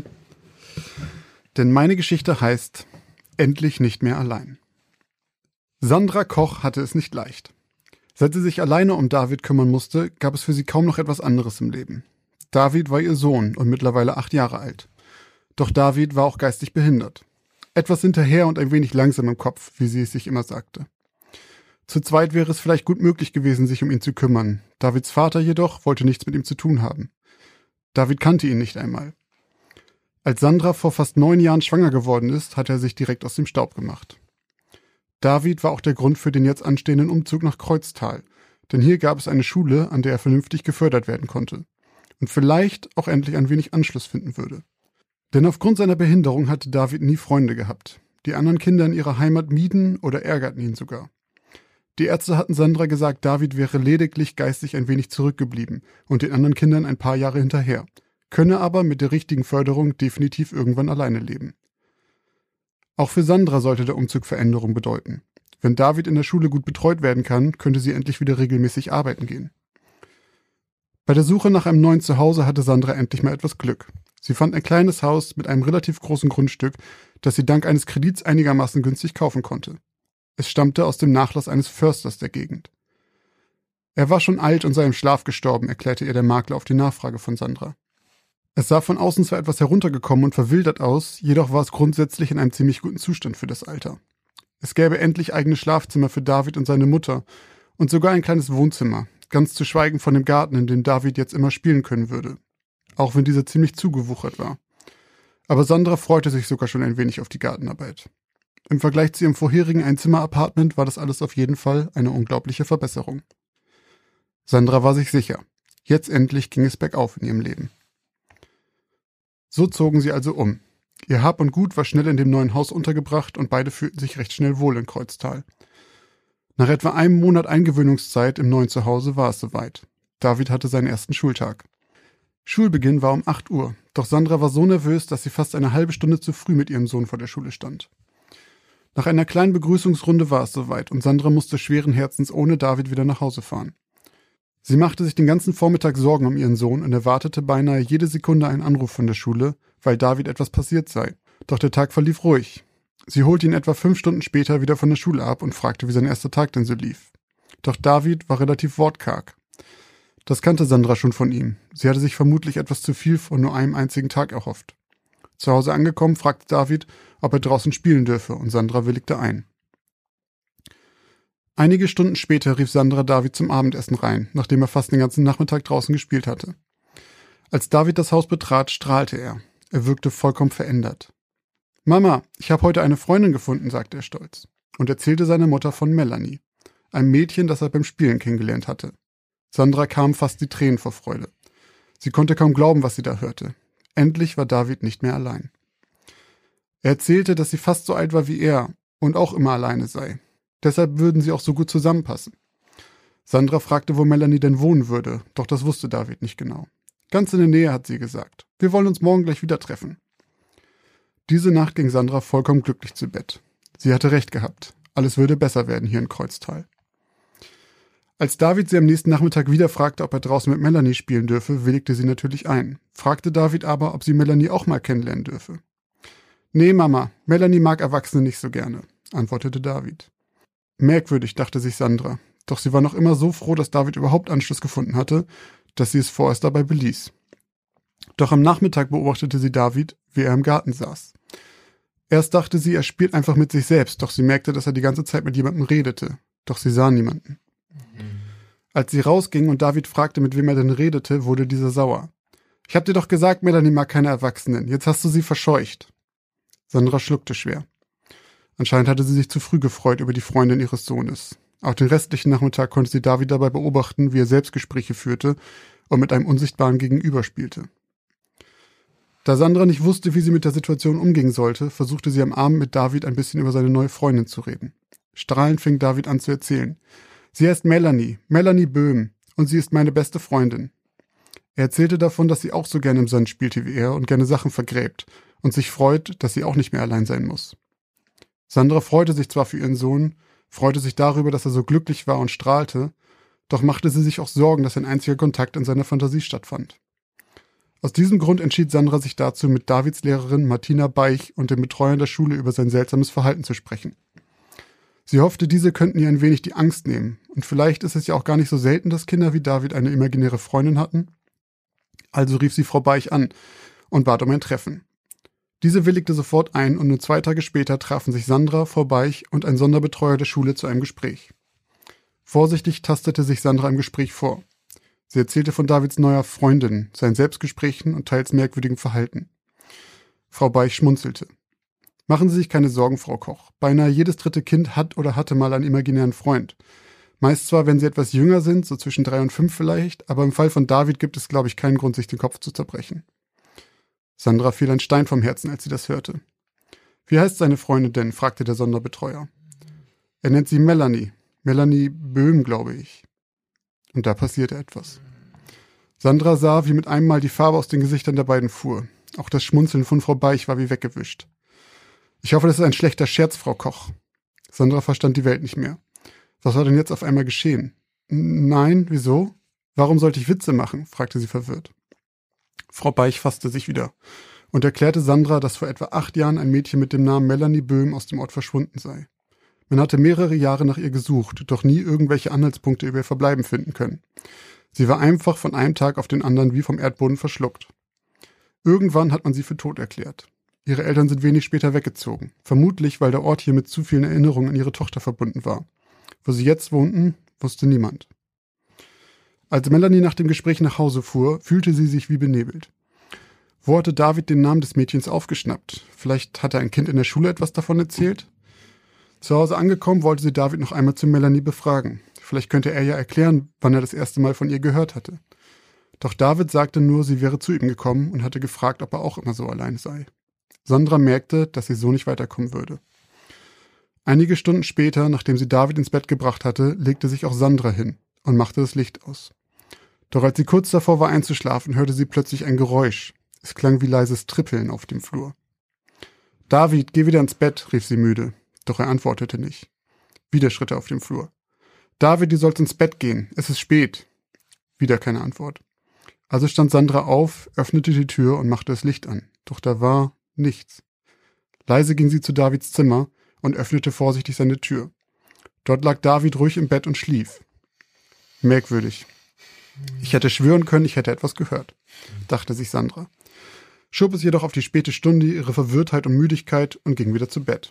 Denn meine Geschichte heißt Endlich nicht mehr allein. Sandra Koch hatte es nicht leicht. Seit sie sich alleine um David kümmern musste, gab es für sie kaum noch etwas anderes im Leben. David war ihr Sohn und mittlerweile 8 Jahre alt. Doch David war auch geistig behindert. Etwas hinterher und ein wenig langsam im Kopf, wie sie es sich immer sagte. Zu zweit wäre es vielleicht gut möglich gewesen, sich um ihn zu kümmern. Davids Vater jedoch wollte nichts mit ihm zu tun haben. David kannte ihn nicht einmal. Als Sandra vor fast 9 Jahren schwanger geworden ist, hat er sich direkt aus dem Staub gemacht. David war auch der Grund für den jetzt anstehenden Umzug nach Kreuztal, denn hier gab es eine Schule, an der er vernünftig gefördert werden konnte und vielleicht auch endlich ein wenig Anschluss finden würde. Denn aufgrund seiner Behinderung hatte David nie Freunde gehabt. Die anderen Kinder in ihrer Heimat mieden oder ärgerten ihn sogar. Die Ärzte hatten Sandra gesagt, David wäre lediglich geistig ein wenig zurückgeblieben und den anderen Kindern ein paar Jahre hinterher, könne aber mit der richtigen Förderung definitiv irgendwann alleine leben. Auch für Sandra sollte der Umzug Veränderung bedeuten. Wenn David in der Schule gut betreut werden kann, könnte sie endlich wieder regelmäßig arbeiten gehen. Bei der Suche nach einem neuen Zuhause hatte Sandra endlich mal etwas Glück. Sie fand ein kleines Haus mit einem relativ großen Grundstück, das sie dank eines Kredits einigermaßen günstig kaufen konnte. Es stammte aus dem Nachlass eines Försters der Gegend. Er war schon alt und sei im Schlaf gestorben, erklärte ihr der Makler auf die Nachfrage von Sandra. Es sah von außen zwar etwas heruntergekommen und verwildert aus, jedoch war es grundsätzlich in einem ziemlich guten Zustand für das Alter. Es gäbe endlich eigene Schlafzimmer für David und seine Mutter und sogar ein kleines Wohnzimmer, ganz zu schweigen von dem Garten, in dem David jetzt immer spielen können würde, auch wenn dieser ziemlich zugewuchert war. Aber Sandra freute sich sogar schon ein wenig auf die Gartenarbeit. Im Vergleich zu ihrem vorherigen Einzimmer-Apartment war das alles auf jeden Fall eine unglaubliche Verbesserung. Sandra war sich sicher. Jetzt endlich ging es bergauf in ihrem Leben. So zogen sie also um. Ihr Hab und Gut war schnell in dem neuen Haus untergebracht und beide fühlten sich recht schnell wohl in Kreuztal. Nach etwa einem Monat Eingewöhnungszeit im neuen Zuhause war es soweit. David hatte seinen ersten Schultag. Schulbeginn war um 8 Uhr, doch Sandra war so nervös, dass sie fast eine halbe Stunde zu früh mit ihrem Sohn vor der Schule stand. Nach einer kleinen Begrüßungsrunde war es soweit und Sandra musste schweren Herzens ohne David wieder nach Hause fahren. Sie machte sich den ganzen Vormittag Sorgen um ihren Sohn und erwartete beinahe jede Sekunde einen Anruf von der Schule, weil David etwas passiert sei. Doch der Tag verlief ruhig. Sie holte ihn etwa 5 Stunden später wieder von der Schule ab und fragte, wie sein erster Tag denn so lief. Doch David war relativ wortkarg. Das kannte Sandra schon von ihm. Sie hatte sich vermutlich etwas zu viel von nur einem einzigen Tag erhofft. Zu Hause angekommen, fragte David, ob er draußen spielen dürfe, und Sandra willigte ein. Einige Stunden später rief Sandra David zum Abendessen rein, nachdem er fast den ganzen Nachmittag draußen gespielt hatte. Als David das Haus betrat, strahlte er. Er wirkte vollkommen verändert. »Mama, ich habe heute eine Freundin gefunden«, sagte er stolz und erzählte seiner Mutter von Melanie, einem Mädchen, das er beim Spielen kennengelernt hatte. Sandra kamen fast die Tränen vor Freude. Sie konnte kaum glauben, was sie da hörte. Endlich war David nicht mehr allein. Er erzählte, dass sie fast so alt war wie er und auch immer alleine sei. Deshalb würden sie auch so gut zusammenpassen. Sandra fragte, wo Melanie denn wohnen würde, doch das wusste David nicht genau. Ganz in der Nähe, hat sie gesagt. Wir wollen uns morgen gleich wieder treffen. Diese Nacht ging Sandra vollkommen glücklich zu Bett. Sie hatte recht gehabt. Alles würde besser werden hier in Kreuztal. Als David sie am nächsten Nachmittag wieder fragte, ob er draußen mit Melanie spielen dürfe, willigte sie natürlich ein. Fragte David aber, ob sie Melanie auch mal kennenlernen dürfe. »Nee, Mama, Melanie mag Erwachsene nicht so gerne«, antwortete David. Merkwürdig, dachte sich Sandra, doch sie war noch immer so froh, dass David überhaupt Anschluss gefunden hatte, dass sie es vorerst dabei beließ. Doch am Nachmittag beobachtete sie David, wie er im Garten saß. Erst dachte sie, er spielt einfach mit sich selbst, doch sie merkte, dass er die ganze Zeit mit jemandem redete, doch sie sah niemanden. Als sie rausging und David fragte, mit wem er denn redete, wurde dieser sauer. »Ich hab dir doch gesagt, Melanie mag keine Erwachsenen, jetzt hast du sie verscheucht.« Sandra schluckte schwer. Anscheinend hatte sie sich zu früh gefreut über die Freundin ihres Sohnes. Auch den restlichen Nachmittag konnte sie David dabei beobachten, wie er Selbstgespräche führte und mit einem unsichtbaren Gegenüber spielte. Da Sandra nicht wusste, wie sie mit der Situation umgehen sollte, versuchte sie am Abend mit David ein bisschen über seine neue Freundin zu reden. Strahlend fing David an zu erzählen. »Sie heißt Melanie Böhm, und sie ist meine beste Freundin.« Er erzählte davon, dass sie auch so gerne im Sand spielte wie er und gerne Sachen vergräbt und sich freut, dass sie auch nicht mehr allein sein muss. Sandra freute sich zwar für ihren Sohn, freute sich darüber, dass er so glücklich war und strahlte, doch machte sie sich auch Sorgen, dass ein einziger Kontakt in seiner Fantasie stattfand. Aus diesem Grund entschied Sandra sich dazu, mit Davids Lehrerin Martina Beich und dem Betreuer der Schule über sein seltsames Verhalten zu sprechen. Sie hoffte, diese könnten ihr ein wenig die Angst nehmen, und vielleicht ist es ja auch gar nicht so selten, dass Kinder wie David eine imaginäre Freundin hatten. Also rief sie Frau Beich an und bat um ein Treffen. Diese willigte sofort ein und nur 2 Tage später trafen sich Sandra, Frau Beich und ein Sonderbetreuer der Schule zu einem Gespräch. Vorsichtig tastete sich Sandra im Gespräch vor. Sie erzählte von Davids neuer Freundin, seinen Selbstgesprächen und teils merkwürdigem Verhalten. Frau Beich schmunzelte. Machen Sie sich keine Sorgen, Frau Koch. Beinahe jedes 3. Kind hat oder hatte mal einen imaginären Freund. Meist zwar, wenn sie etwas jünger sind, so zwischen 3 und 5 vielleicht, aber im Fall von David gibt es, glaube ich, keinen Grund, sich den Kopf zu zerbrechen. Sandra fiel ein Stein vom Herzen, als sie das hörte. Wie heißt seine Freundin denn? Fragte der Sonderbetreuer. Er nennt sie Melanie. Melanie Böhm, glaube ich. Und da passierte etwas. Sandra sah, wie mit einem Mal die Farbe aus den Gesichtern der beiden fuhr. Auch das Schmunzeln von Frau Beich war wie weggewischt. Ich hoffe, das ist ein schlechter Scherz, Frau Koch. Sandra verstand die Welt nicht mehr. Was war denn jetzt auf einmal geschehen? Nein, wieso? Warum sollte ich Witze machen? Fragte sie verwirrt. Frau Beich fasste sich wieder und erklärte Sandra, dass vor etwa 8 Jahren ein Mädchen mit dem Namen Melanie Böhm aus dem Ort verschwunden sei. Man hatte mehrere Jahre nach ihr gesucht, doch nie irgendwelche Anhaltspunkte über ihr Verbleiben finden können. Sie war einfach von einem Tag auf den anderen wie vom Erdboden verschluckt. Irgendwann hat man sie für tot erklärt. Ihre Eltern sind wenig später weggezogen, vermutlich, weil der Ort hier mit zu vielen Erinnerungen an ihre Tochter verbunden war. Wo sie jetzt wohnten, wusste niemand. Als Melanie nach dem Gespräch nach Hause fuhr, fühlte sie sich wie benebelt. Wo hatte David den Namen des Mädchens aufgeschnappt? Vielleicht hatte ein Kind in der Schule etwas davon erzählt? Zu Hause angekommen, wollte sie David noch einmal zu Melanie befragen. Vielleicht könnte er ja erklären, wann er das erste Mal von ihr gehört hatte. Doch David sagte nur, sie wäre zu ihm gekommen und hatte gefragt, ob er auch immer so allein sei. Sandra merkte, dass sie so nicht weiterkommen würde. Einige Stunden später, nachdem sie David ins Bett gebracht hatte, legte sich auch Sandra hin und machte das Licht aus. Doch als sie kurz davor war einzuschlafen, hörte sie plötzlich ein Geräusch. Es klang wie leises Trippeln auf dem Flur. »David, geh wieder ins Bett«, rief sie müde. Doch er antwortete nicht. Wieder Schritte auf dem Flur. »David, du sollst ins Bett gehen. Es ist spät.« Wieder keine Antwort. Also stand Sandra auf, öffnete die Tür und machte das Licht an. Doch da war nichts. Leise ging sie zu Davids Zimmer und öffnete vorsichtig seine Tür. Dort lag David ruhig im Bett und schlief. Merkwürdig. Ich hätte schwören können, ich hätte etwas gehört, dachte sich Sandra. Schob es jedoch auf die späte Stunde, ihre Verwirrtheit und Müdigkeit und ging wieder zu Bett.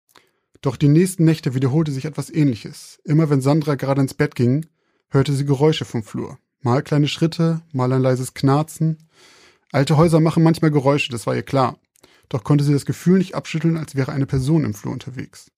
Doch die nächsten Nächte wiederholte sich etwas Ähnliches. Immer wenn Sandra gerade ins Bett ging, hörte sie Geräusche vom Flur. Mal kleine Schritte, mal ein leises Knarzen. Alte Häuser machen manchmal Geräusche, das war ihr klar. Doch konnte sie das Gefühl nicht abschütteln, als wäre eine Person im Flur unterwegs.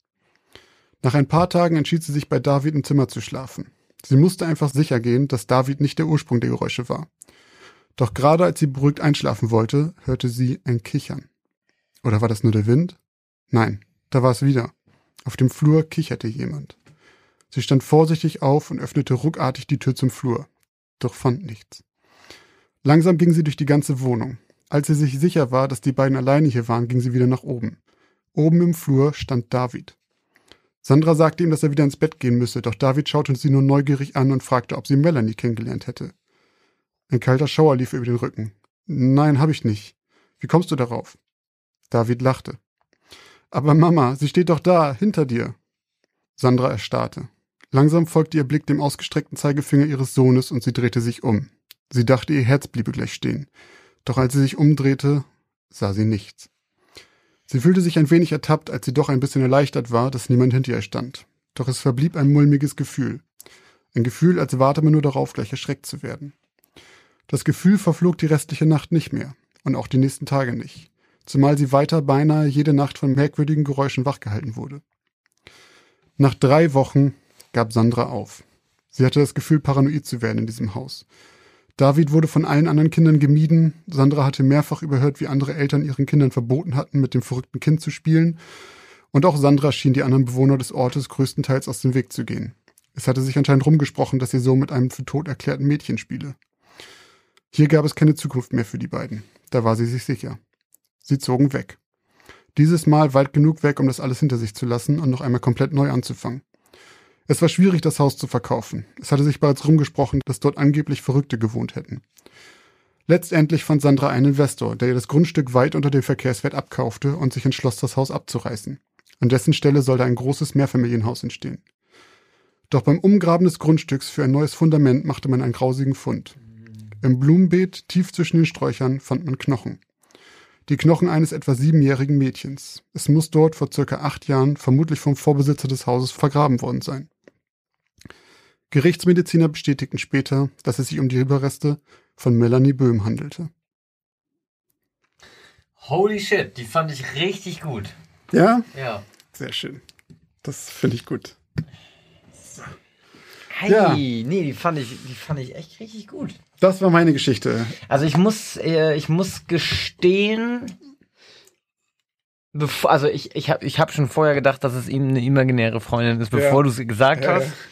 Nach ein paar Tagen entschied sie sich, bei David im Zimmer zu schlafen. Sie musste einfach sicher gehen, dass David nicht der Ursprung der Geräusche war. Doch gerade als sie beruhigt einschlafen wollte, hörte sie ein Kichern. Oder war das nur der Wind? Nein, da war es wieder. Auf dem Flur kicherte jemand. Sie stand vorsichtig auf und öffnete ruckartig die Tür zum Flur. Doch fand nichts. Langsam ging sie durch die ganze Wohnung. Als sie sich sicher war, dass die beiden alleine hier waren, ging sie wieder nach oben. Oben im Flur stand David. Sandra sagte ihm, dass er wieder ins Bett gehen müsse, doch David schaute sie nur neugierig an und fragte, ob sie Melanie kennengelernt hätte. Ein kalter Schauer lief über den Rücken. Nein, habe ich nicht. Wie kommst du darauf? David lachte. Aber Mama, sie steht doch da, hinter dir. Sandra erstarrte. Langsam folgte ihr Blick dem ausgestreckten Zeigefinger ihres Sohnes und sie drehte sich um. Sie dachte, ihr Herz bliebe gleich stehen. Doch als sie sich umdrehte, sah sie nichts. Sie fühlte sich ein wenig ertappt, als sie doch ein bisschen erleichtert war, dass niemand hinter ihr stand. Doch es verblieb ein mulmiges Gefühl. Ein Gefühl, als warte man nur darauf, gleich erschreckt zu werden. Das Gefühl verflog die restliche Nacht nicht mehr und auch die nächsten Tage nicht, zumal sie weiter beinahe jede Nacht von merkwürdigen Geräuschen wachgehalten wurde. Nach 3 Wochen gab Sandra auf. Sie hatte das Gefühl, paranoid zu werden in diesem Haus. David wurde von allen anderen Kindern gemieden. Sandra hatte mehrfach überhört, wie andere Eltern ihren Kindern verboten hatten, mit dem verrückten Kind zu spielen. Und auch Sandra schien die anderen Bewohner des Ortes größtenteils aus dem Weg zu gehen. Es hatte sich anscheinend rumgesprochen, dass sie so mit einem für tot erklärten Mädchen spiele. Hier gab es keine Zukunft mehr für die beiden. Da war sie sich sicher. Sie zogen weg. Dieses Mal weit genug weg, um das alles hinter sich zu lassen und noch einmal komplett neu anzufangen. Es war schwierig, das Haus zu verkaufen. Es hatte sich bereits rumgesprochen, dass dort angeblich Verrückte gewohnt hätten. Letztendlich fand Sandra einen Investor, der ihr das Grundstück weit unter dem Verkehrswert abkaufte und sich entschloss, das Haus abzureißen. An dessen Stelle sollte ein großes Mehrfamilienhaus entstehen. Doch beim Umgraben des Grundstücks für ein neues Fundament machte man einen grausigen Fund. Im Blumenbeet, tief zwischen den Sträuchern, fand man Knochen. Die Knochen eines etwa 7-jährigen Mädchens. Es muss dort vor circa 8 Jahren vermutlich vom Vorbesitzer des Hauses vergraben worden sein. Gerichtsmediziner bestätigten später, dass es sich um die Überreste von Melanie Böhm handelte. Holy shit, die fand ich richtig gut. Ja? Ja. Sehr schön. Das finde ich gut. Hey, Ja. nee, die fand ich echt richtig gut. Das war meine Geschichte. Also ich muss gestehen, ich hab schon vorher gedacht, dass es ihm eine imaginäre Freundin ist, bevor du es gesagt Ja, hast. ja.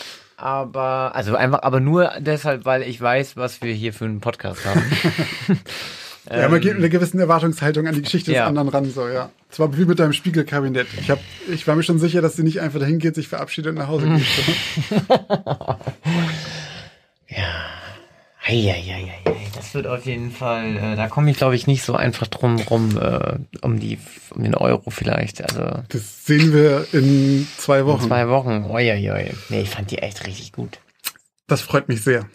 Aber nur deshalb, weil ich weiß, was wir hier für einen Podcast haben. Ja, man geht mit einer gewissen Erwartungshaltung an die Geschichte des Ja. anderen ran, so, ja. Zwar wie mit deinem Spiegelkabinett. Ich war mir schon sicher, dass sie nicht einfach dahin geht, sich verabschiedet und nach Hause geht. So. Ja. Eieieiei. Das wird auf jeden Fall, da komme ich glaube ich nicht so einfach drum rum, um den Euro vielleicht. Also Das sehen wir in 2 in Wochen. 2 Wochen. Uiuiui. Nee, ich fand die echt richtig gut. Das freut mich sehr.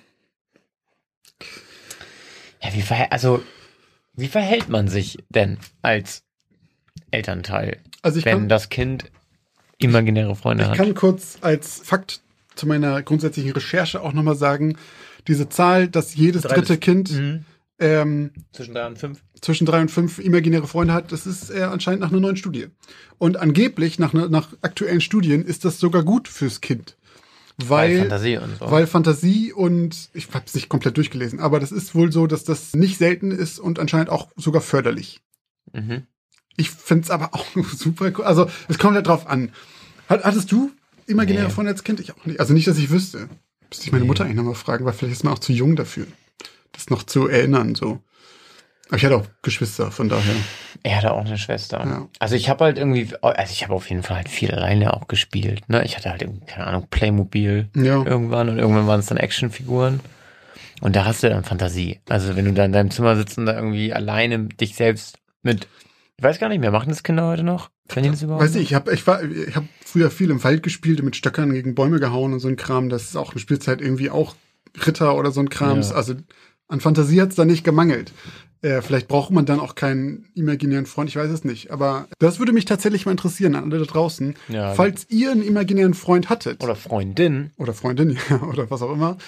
Ja, wie verhält man sich denn als Elternteil, Also ich wenn das Kind imaginäre Freunde hat? kann kurz als Fakt zu meiner grundsätzlichen Recherche auch nochmal sagen, diese Zahl, dass jedes 3 dritte bis- Kind Zwischen 3 und 5. zwischen 3 und 5 imaginäre Freunde hat, das ist anscheinend nach einer neuen Studie. Und angeblich, nach aktuellen Studien, ist das sogar gut fürs Kind. Weil Fantasie und so. Weil Fantasie und, ich habe es nicht komplett durchgelesen, aber das ist wohl so, dass das nicht selten ist und anscheinend auch sogar förderlich. Mhm. Ich finde es aber auch super cool. Also, es kommt halt drauf an. Hattest du imaginäre Nee. Freunde als Kind? Ich auch nicht. Also nicht, dass ich wüsste. Müsste ich meine Nee. Mutter eigentlich nochmal fragen, weil vielleicht ist man auch zu jung dafür, das noch zu erinnern, so. Aber ich hatte auch Geschwister, von daher. Er hatte auch eine Schwester. Ja. Also ich habe halt irgendwie, ich habe auf jeden Fall halt viel alleine auch gespielt. Ne? Ich hatte halt irgendwie, keine Ahnung, Playmobil Ja. irgendwann und irgendwann waren es dann Actionfiguren. Und da hast du dann Fantasie. Also wenn du da in deinem Zimmer sitzt und da irgendwie alleine dich selbst mit, ich weiß gar nicht mehr, machen das Kinder heute noch? Können die das überhaupt? Weiß ich hab früher viel im Wald gespielt und mit Stöckern gegen Bäume gehauen und so ein Kram. Das ist auch in Spielzeit irgendwie auch Ritter oder so ein Krams. Ja. Also an Fantasie hat's da nicht gemangelt. Vielleicht braucht man dann auch keinen imaginären Freund, ich weiß es nicht. Aber das würde mich tatsächlich mal interessieren, an alle da draußen. Ja. Falls ihr einen imaginären Freund hattet, Oder Freundin. oder Freundin, ja, oder was auch immer,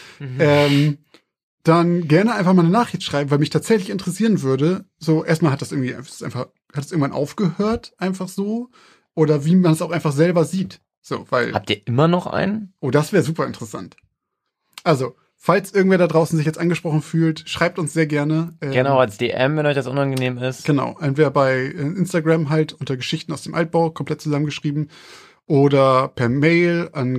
dann gerne einfach mal eine Nachricht schreiben, weil mich tatsächlich interessieren würde, so erstmal hat es irgendwann aufgehört, einfach so, oder wie man es auch einfach selber sieht. So, weil, Habt ihr immer noch einen? oh, das wäre super interessant. Also, falls irgendwer da draußen sich jetzt angesprochen fühlt, schreibt uns sehr gerne. Gerne auch als DM, wenn euch das unangenehm ist. Genau, entweder bei Instagram halt unter Geschichten aus dem Altbau, komplett zusammengeschrieben, oder per Mail an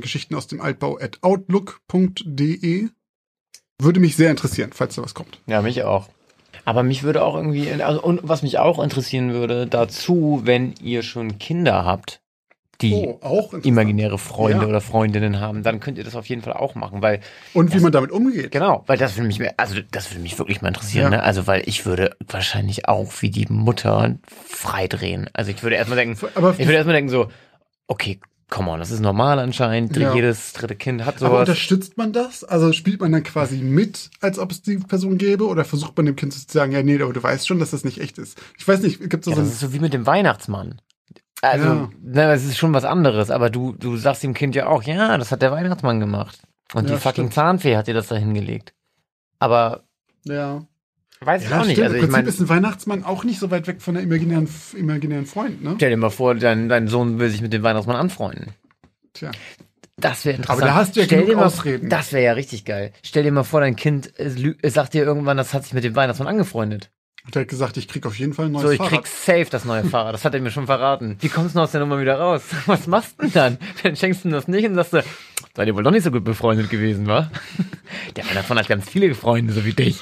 geschichtenausdemaltbau@outlook.de. Würde mich sehr interessieren, falls da was kommt. Ja, mich auch. Aber mich würde auch irgendwie, also, und was mich auch interessieren würde, dazu, wenn ihr schon Kinder habt, die auch interessant. imaginäre Freunde Ja. oder Freundinnen haben, dann könnt ihr das auf jeden Fall auch machen, weil, Und wie man damit umgeht. genau, weil das würde mich, das würde mich wirklich mal interessieren, Ja. ne? Also, weil ich würde wahrscheinlich auch wie die Mutter freidrehen. Also, ich würde erstmal denken, so, okay, come on, das ist normal anscheinend, Ja. jedes dritte Kind hat Aber sowas. unterstützt man das? Also spielt man dann quasi mit, als ob es die Person gäbe? Oder versucht man dem Kind zu sagen, ja, nee, aber du weißt schon, dass das nicht echt ist? Ich weiß nicht, gibt es Ja, so das ist so wie mit dem Weihnachtsmann. Also, Ja. ne, das ist schon was anderes, aber du sagst dem Kind ja auch, ja, das hat der Weihnachtsmann gemacht. Und Ja, die fucking stimmt. Zahnfee hat dir das da hingelegt. Aber Ja. weiß ich Ja, auch nicht. stimmt. Also Im ich Prinzip meine, ist ein Weihnachtsmann auch nicht so weit weg von der imaginären Freund, ne? stell dir mal vor, dein Sohn will sich mit dem Weihnachtsmann anfreunden. Tja. Das wäre interessant. Aber da hast du ja Stell genug dir mal, Ausreden. Das wäre ja richtig geil. Stell dir mal vor, dein Kind sagt dir irgendwann, das hat sich mit dem Weihnachtsmann angefreundet. Und er hat gesagt, ich krieg auf jeden Fall ein neues So, ich Fahrrad. krieg safe das neue Fahrrad. Das hat er mir schon verraten. Wie kommst du denn aus der Nummer wieder raus? Was machst du denn dann? Dann schenkst du ihm das nicht und sagst du, seid ihr wohl doch nicht so gut befreundet gewesen, wa? Der eine davon hat ganz viele Freunde, so wie dich.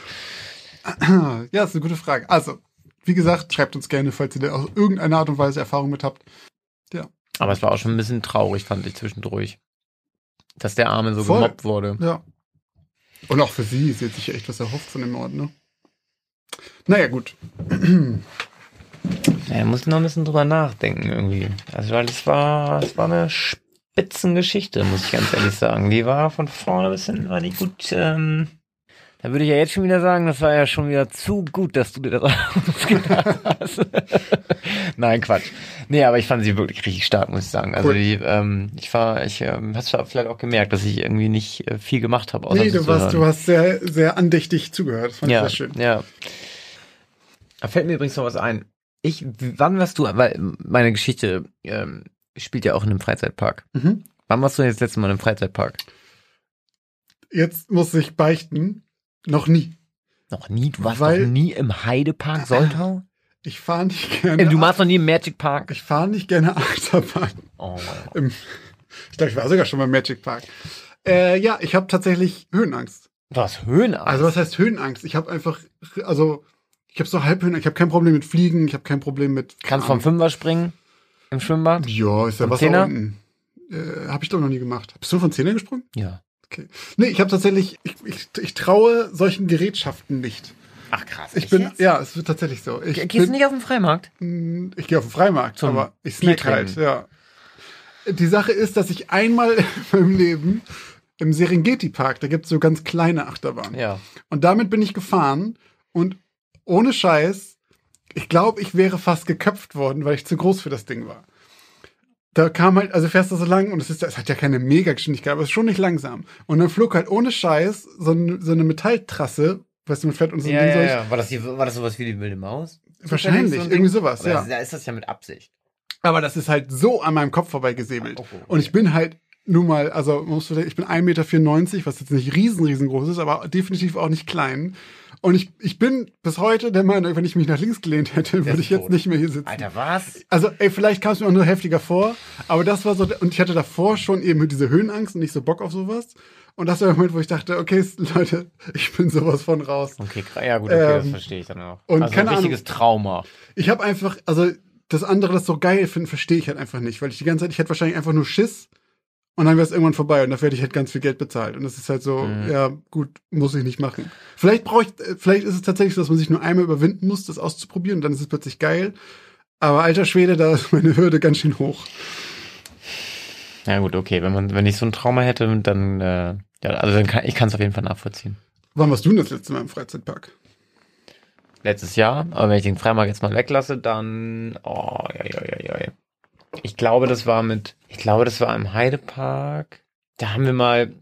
Ja, ist eine gute Frage. Also, wie gesagt, schreibt uns gerne, falls ihr da aus irgendeiner Art und Weise Erfahrung mit habt. Aber es war auch schon ein bisschen traurig, fand ich zwischendurch. Dass der Arme so Voll. gemobbt wurde. Ja. Und auch für sie hat sich ja echt was erhofft von dem Ort, ne? Naja, gut. Ja, er muss noch ein bisschen drüber nachdenken irgendwie. Also, weil es war eine Spitzengeschichte, muss ich ganz ehrlich sagen. Die war von vorne bis hinten, war die gut Da würde ich ja jetzt schon wieder sagen, das war ja schon wieder zu gut, dass du dir das ausgedacht hast. Nein, Quatsch. Nee, aber ich fand sie wirklich richtig stark, muss ich sagen. Also Cool. hast du vielleicht auch gemerkt, dass ich irgendwie nicht viel gemacht habe. Nee, du hast sehr, sehr andächtig zugehört. Das fand ich sehr schön. Ja. Da fällt mir übrigens noch was ein. Wann warst du, weil meine Geschichte spielt ja auch in einem Freizeitpark. Mhm. Wann warst du jetzt das letzte Mal in einem Freizeitpark? Jetzt muss ich beichten. Noch nie. Noch nie? Du warst Weil- noch nie im Heidepark Soltau? Ich fahre nicht gerne. Du warst noch nie im Magic Park? Ich fahre nicht gerne Achterbahn. Oh. Ich glaube, ich war sogar schon beim Magic Park. Ja, ich habe tatsächlich Höhenangst. Du hast Höhenangst? Also was heißt Höhenangst? Ich habe einfach, ich habe so Halbhöhen. Ich habe kein Problem mit Fliegen. Ich habe kein Problem mit. Kannst vom Fünfer springen? Im Schwimmbad? Ja, ist ja Vom Wasser Zehner? unten. Habe ich doch noch nie gemacht. Bist du von Zehner gesprungen? Ja. Okay. Nee, ich habe tatsächlich, ich traue solchen Gerätschaften nicht. Ach krass. Ich bin, ja, es wird tatsächlich so. Gehst du nicht auf den Freimarkt? Ich gehe auf den Freimarkt, aber ich snack Bier halt, trinken. ja. Die Sache ist, dass ich einmal in meinem Leben im Serengeti-Park, da gibt's so ganz kleine Achterbahnen. Ja. Und damit bin ich gefahren und ohne Scheiß, ich glaube, ich wäre fast geköpft worden, weil ich zu groß für das Ding war. Da kam halt, also fährst du so lang und es hat ja keine Megageschwindigkeit, aber es ist schon nicht langsam. Und dann flog halt ohne Scheiß so eine Metalltrasse, weißt du, man fährt und so ein Ding so. War das sowas wie die wilde Maus? Wahrscheinlich, So ein Ding? irgendwie sowas, Aber ja. Da ist das ja mit Absicht. Aber das ist halt so an meinem Kopf vorbeigesäbelt. Okay. Und ich bin halt nun mal, also ich bin 1,94 Meter, was jetzt nicht riesengroß ist, aber definitiv auch nicht klein. Und ich bin bis heute der Meinung, wenn ich mich nach links gelehnt hätte, würde ich jetzt tot. nicht mehr hier sitzen. Alter, was? Also, vielleicht kam es mir auch nur heftiger vor, aber das war so, und ich hatte davor schon eben diese Höhenangst und nicht so Bock auf sowas. Und das war der Moment, wo ich dachte, okay, Leute, ich bin sowas von raus. Okay, ja gut, okay, das verstehe ich dann auch. und also keine ein richtiges Trauma. Ich habe einfach, also das andere, das so geil finden, verstehe ich halt einfach nicht, weil ich die ganze Zeit, ich hätte wahrscheinlich einfach nur Schiss und dann wäre es irgendwann vorbei und dafür hätte ich halt ganz viel Geld bezahlt. Und das ist halt so, ja, gut, muss ich nicht machen. Vielleicht ist es tatsächlich so, dass man sich nur einmal überwinden muss, das auszuprobieren und dann ist es plötzlich geil. Aber alter Schwede, da ist meine Hürde ganz schön hoch. Ja gut, okay, wenn ich so ein Trauma hätte, dann, ich kann es auf jeden Fall nachvollziehen. Wann warst du denn das letzte Mal im Freizeitpark? Letztes Jahr, aber wenn ich den Freimarkt jetzt mal weglasse, dann, Ich glaube, das war im Heidepark. Da haben wir mal,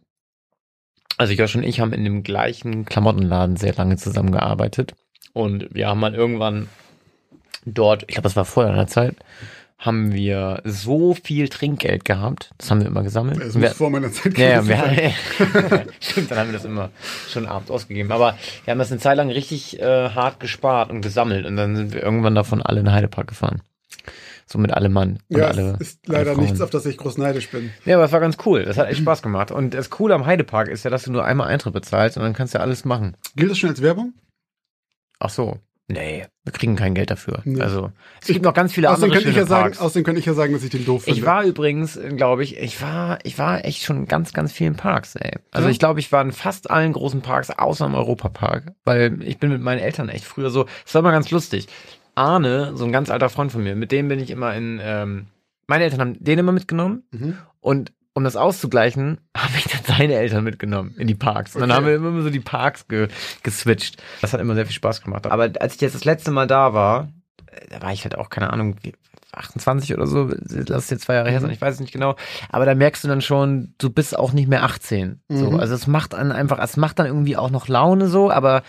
also Josh und ich haben in dem gleichen Klamottenladen sehr lange zusammengearbeitet. Und wir haben mal irgendwann dort, ich glaube, das war vor einer Zeit, haben wir so viel Trinkgeld gehabt. Das haben wir immer gesammelt. Das muss vor meiner Zeit Ja, gewesen sein. stimmt, dann haben wir das immer schon abends ausgegeben. Aber wir haben das eine Zeit lang richtig hart gespart und gesammelt. Und dann sind wir irgendwann davon alle in den Heidepark gefahren. So mit allem Mann. Und Ja, alle, es ist leider alle Frauen. nichts, auf das ich groß neidisch bin. Ja, aber es war ganz cool. Das hat echt Spaß gemacht. Und das Coole am Heidepark ist ja, dass du nur einmal Eintritt bezahlst und dann kannst du alles machen. Gilt das schon als Werbung? Ach so. Nee, wir kriegen kein Geld dafür. Nee. Also, es gibt noch ganz viele andere schöne Parks. Außerdem könnte ich ja sagen, dass ich den doof finde. Ich war übrigens, glaube ich war echt schon in ganz, ganz vielen Parks, ey. Also Ja? ich glaube, ich war in fast allen großen Parks, außer im Europapark. Weil ich bin mit meinen Eltern echt früher so, das war immer ganz lustig. Arne, so ein ganz alter Freund von mir, mit dem bin ich immer meine Eltern haben den immer mitgenommen und um das auszugleichen, habe ich dann seine Eltern mitgenommen in die Parks. Und dann Okay. haben wir immer so die Parks geswitcht. Das hat immer sehr viel Spaß gemacht. Aber als ich jetzt das letzte Mal da war ich halt auch, keine Ahnung, 28 oder so, lass es jetzt 2 Jahre her sein, ich weiß es nicht genau. Aber da merkst du dann schon, du bist auch nicht mehr 18. So. Also es macht dann irgendwie auch noch Laune so, aber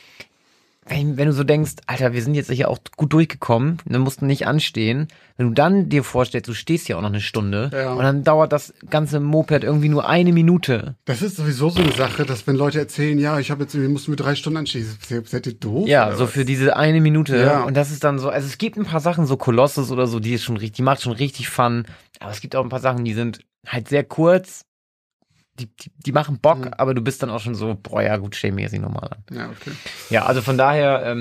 wenn du so denkst, Alter, wir sind jetzt hier auch gut durchgekommen, dann musst du nicht anstehen. Wenn du dann dir vorstellst, du stehst hier auch noch eine Stunde und dann dauert das ganze Moped irgendwie nur 1 Minute. Das ist sowieso so eine Sache, dass wenn Leute erzählen, ja, ich musste mir 3 Stunden anstehen, seid ihr doof? Ja, oder so was? für diese 1 Minute. Ja. Und das ist dann so, also es gibt ein paar Sachen, so Kolossus oder so, die macht schon richtig Fun. Aber es gibt auch ein paar Sachen, die sind halt sehr kurz. Die machen Bock, aber du bist dann auch schon so, boah, ja gut, stell mir jetzt nicht nochmal an. Ja, okay. Ja, also von daher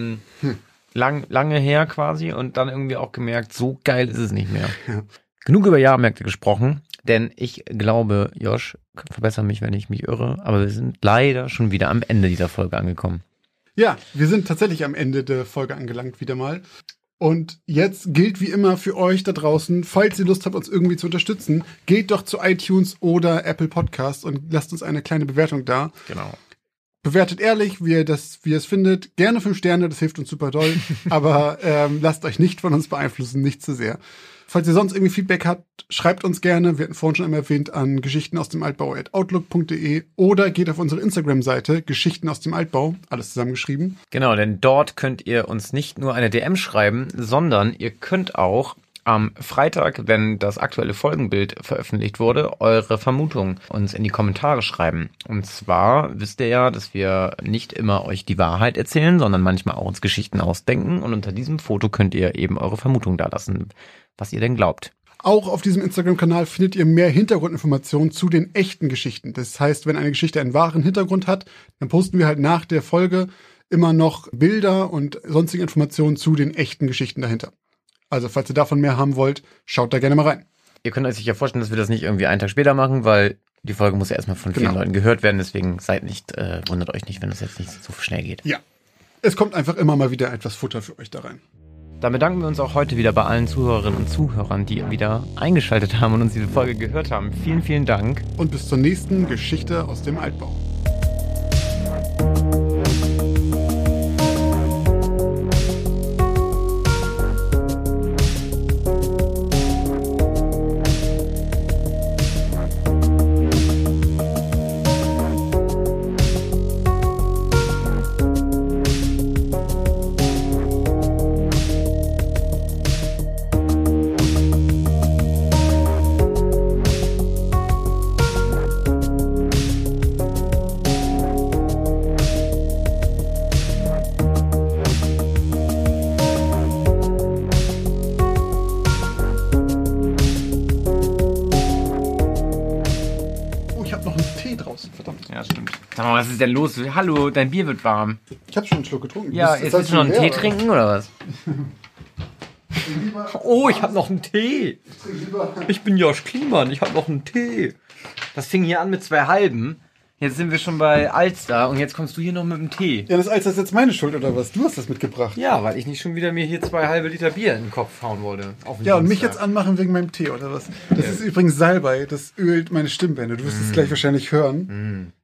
lange her quasi und dann irgendwie auch gemerkt, so geil ist es nicht mehr. Ja. Genug über Jahrmärkte gesprochen, denn ich glaube, Josh, verbessere mich, wenn ich mich irre, aber wir sind leider schon wieder am Ende dieser Folge angekommen. Ja, wir sind tatsächlich am Ende der Folge angelangt wieder mal. Und jetzt gilt wie immer für euch da draußen, falls ihr Lust habt, uns irgendwie zu unterstützen, geht doch zu iTunes oder Apple Podcasts und lasst uns eine kleine Bewertung da. Genau. bewertet ehrlich, wie ihr es findet. Gerne 5 Sterne, das hilft uns super doll. Aber lasst euch nicht von uns beeinflussen, nicht zu sehr. Falls ihr sonst irgendwie Feedback habt, schreibt uns gerne, wir hatten vorhin schon einmal erwähnt, an geschichtenausdemaltbau@outlook.de oder geht auf unsere Instagram-Seite, Geschichten aus dem Altbau, alles zusammengeschrieben. Genau, denn dort könnt ihr uns nicht nur eine DM schreiben, sondern ihr könnt auch am Freitag, wenn das aktuelle Folgenbild veröffentlicht wurde, eure Vermutungen uns in die Kommentare schreiben. Und zwar wisst ihr ja, dass wir nicht immer euch die Wahrheit erzählen, sondern manchmal auch uns Geschichten ausdenken. Und unter diesem Foto könnt ihr eben eure Vermutungen dalassen, was ihr denn glaubt. Auch auf diesem Instagram-Kanal findet ihr mehr Hintergrundinformationen zu den echten Geschichten. Das heißt, wenn eine Geschichte einen wahren Hintergrund hat, dann posten wir halt nach der Folge immer noch Bilder und sonstige Informationen zu den echten Geschichten dahinter. Also, falls ihr davon mehr haben wollt, schaut da gerne mal rein. Ihr könnt euch sicher vorstellen, dass wir das nicht irgendwie einen Tag später machen, weil die Folge muss ja erstmal von vielen Leuten gehört werden. Deswegen wundert euch nicht, wenn das jetzt nicht so schnell geht. Ja, es kommt einfach immer mal wieder etwas Futter für euch da rein. Dann bedanken wir uns auch heute wieder bei allen Zuhörerinnen und Zuhörern, die wieder eingeschaltet haben und uns diese Folge gehört haben. Vielen, vielen Dank. Und bis zur nächsten Geschichte aus dem Altbau. Ja, stimmt. Sag mal, was ist denn los? Hallo, dein Bier wird warm. Ich habe schon einen Schluck getrunken. Ja, jetzt willst du noch einen Tee trinken, oder was? Oh, ich habe noch einen Tee. Ich bin Josh Kliemann, ich habe noch einen Tee. Das fing hier an mit 2 halben. Jetzt sind wir schon bei Alster und jetzt kommst du hier noch mit dem Tee. Ja, das Alster ist jetzt meine Schuld, oder was? Du hast das mitgebracht. Ja, weil ich nicht schon wieder mir hier 2 halbe Liter Bier in den Kopf hauen wollte. Ja, und mich jetzt anmachen wegen meinem Tee, oder was? Das ist übrigens Salbei, das ölt meine Stimmbänder. Du wirst es gleich wahrscheinlich hören.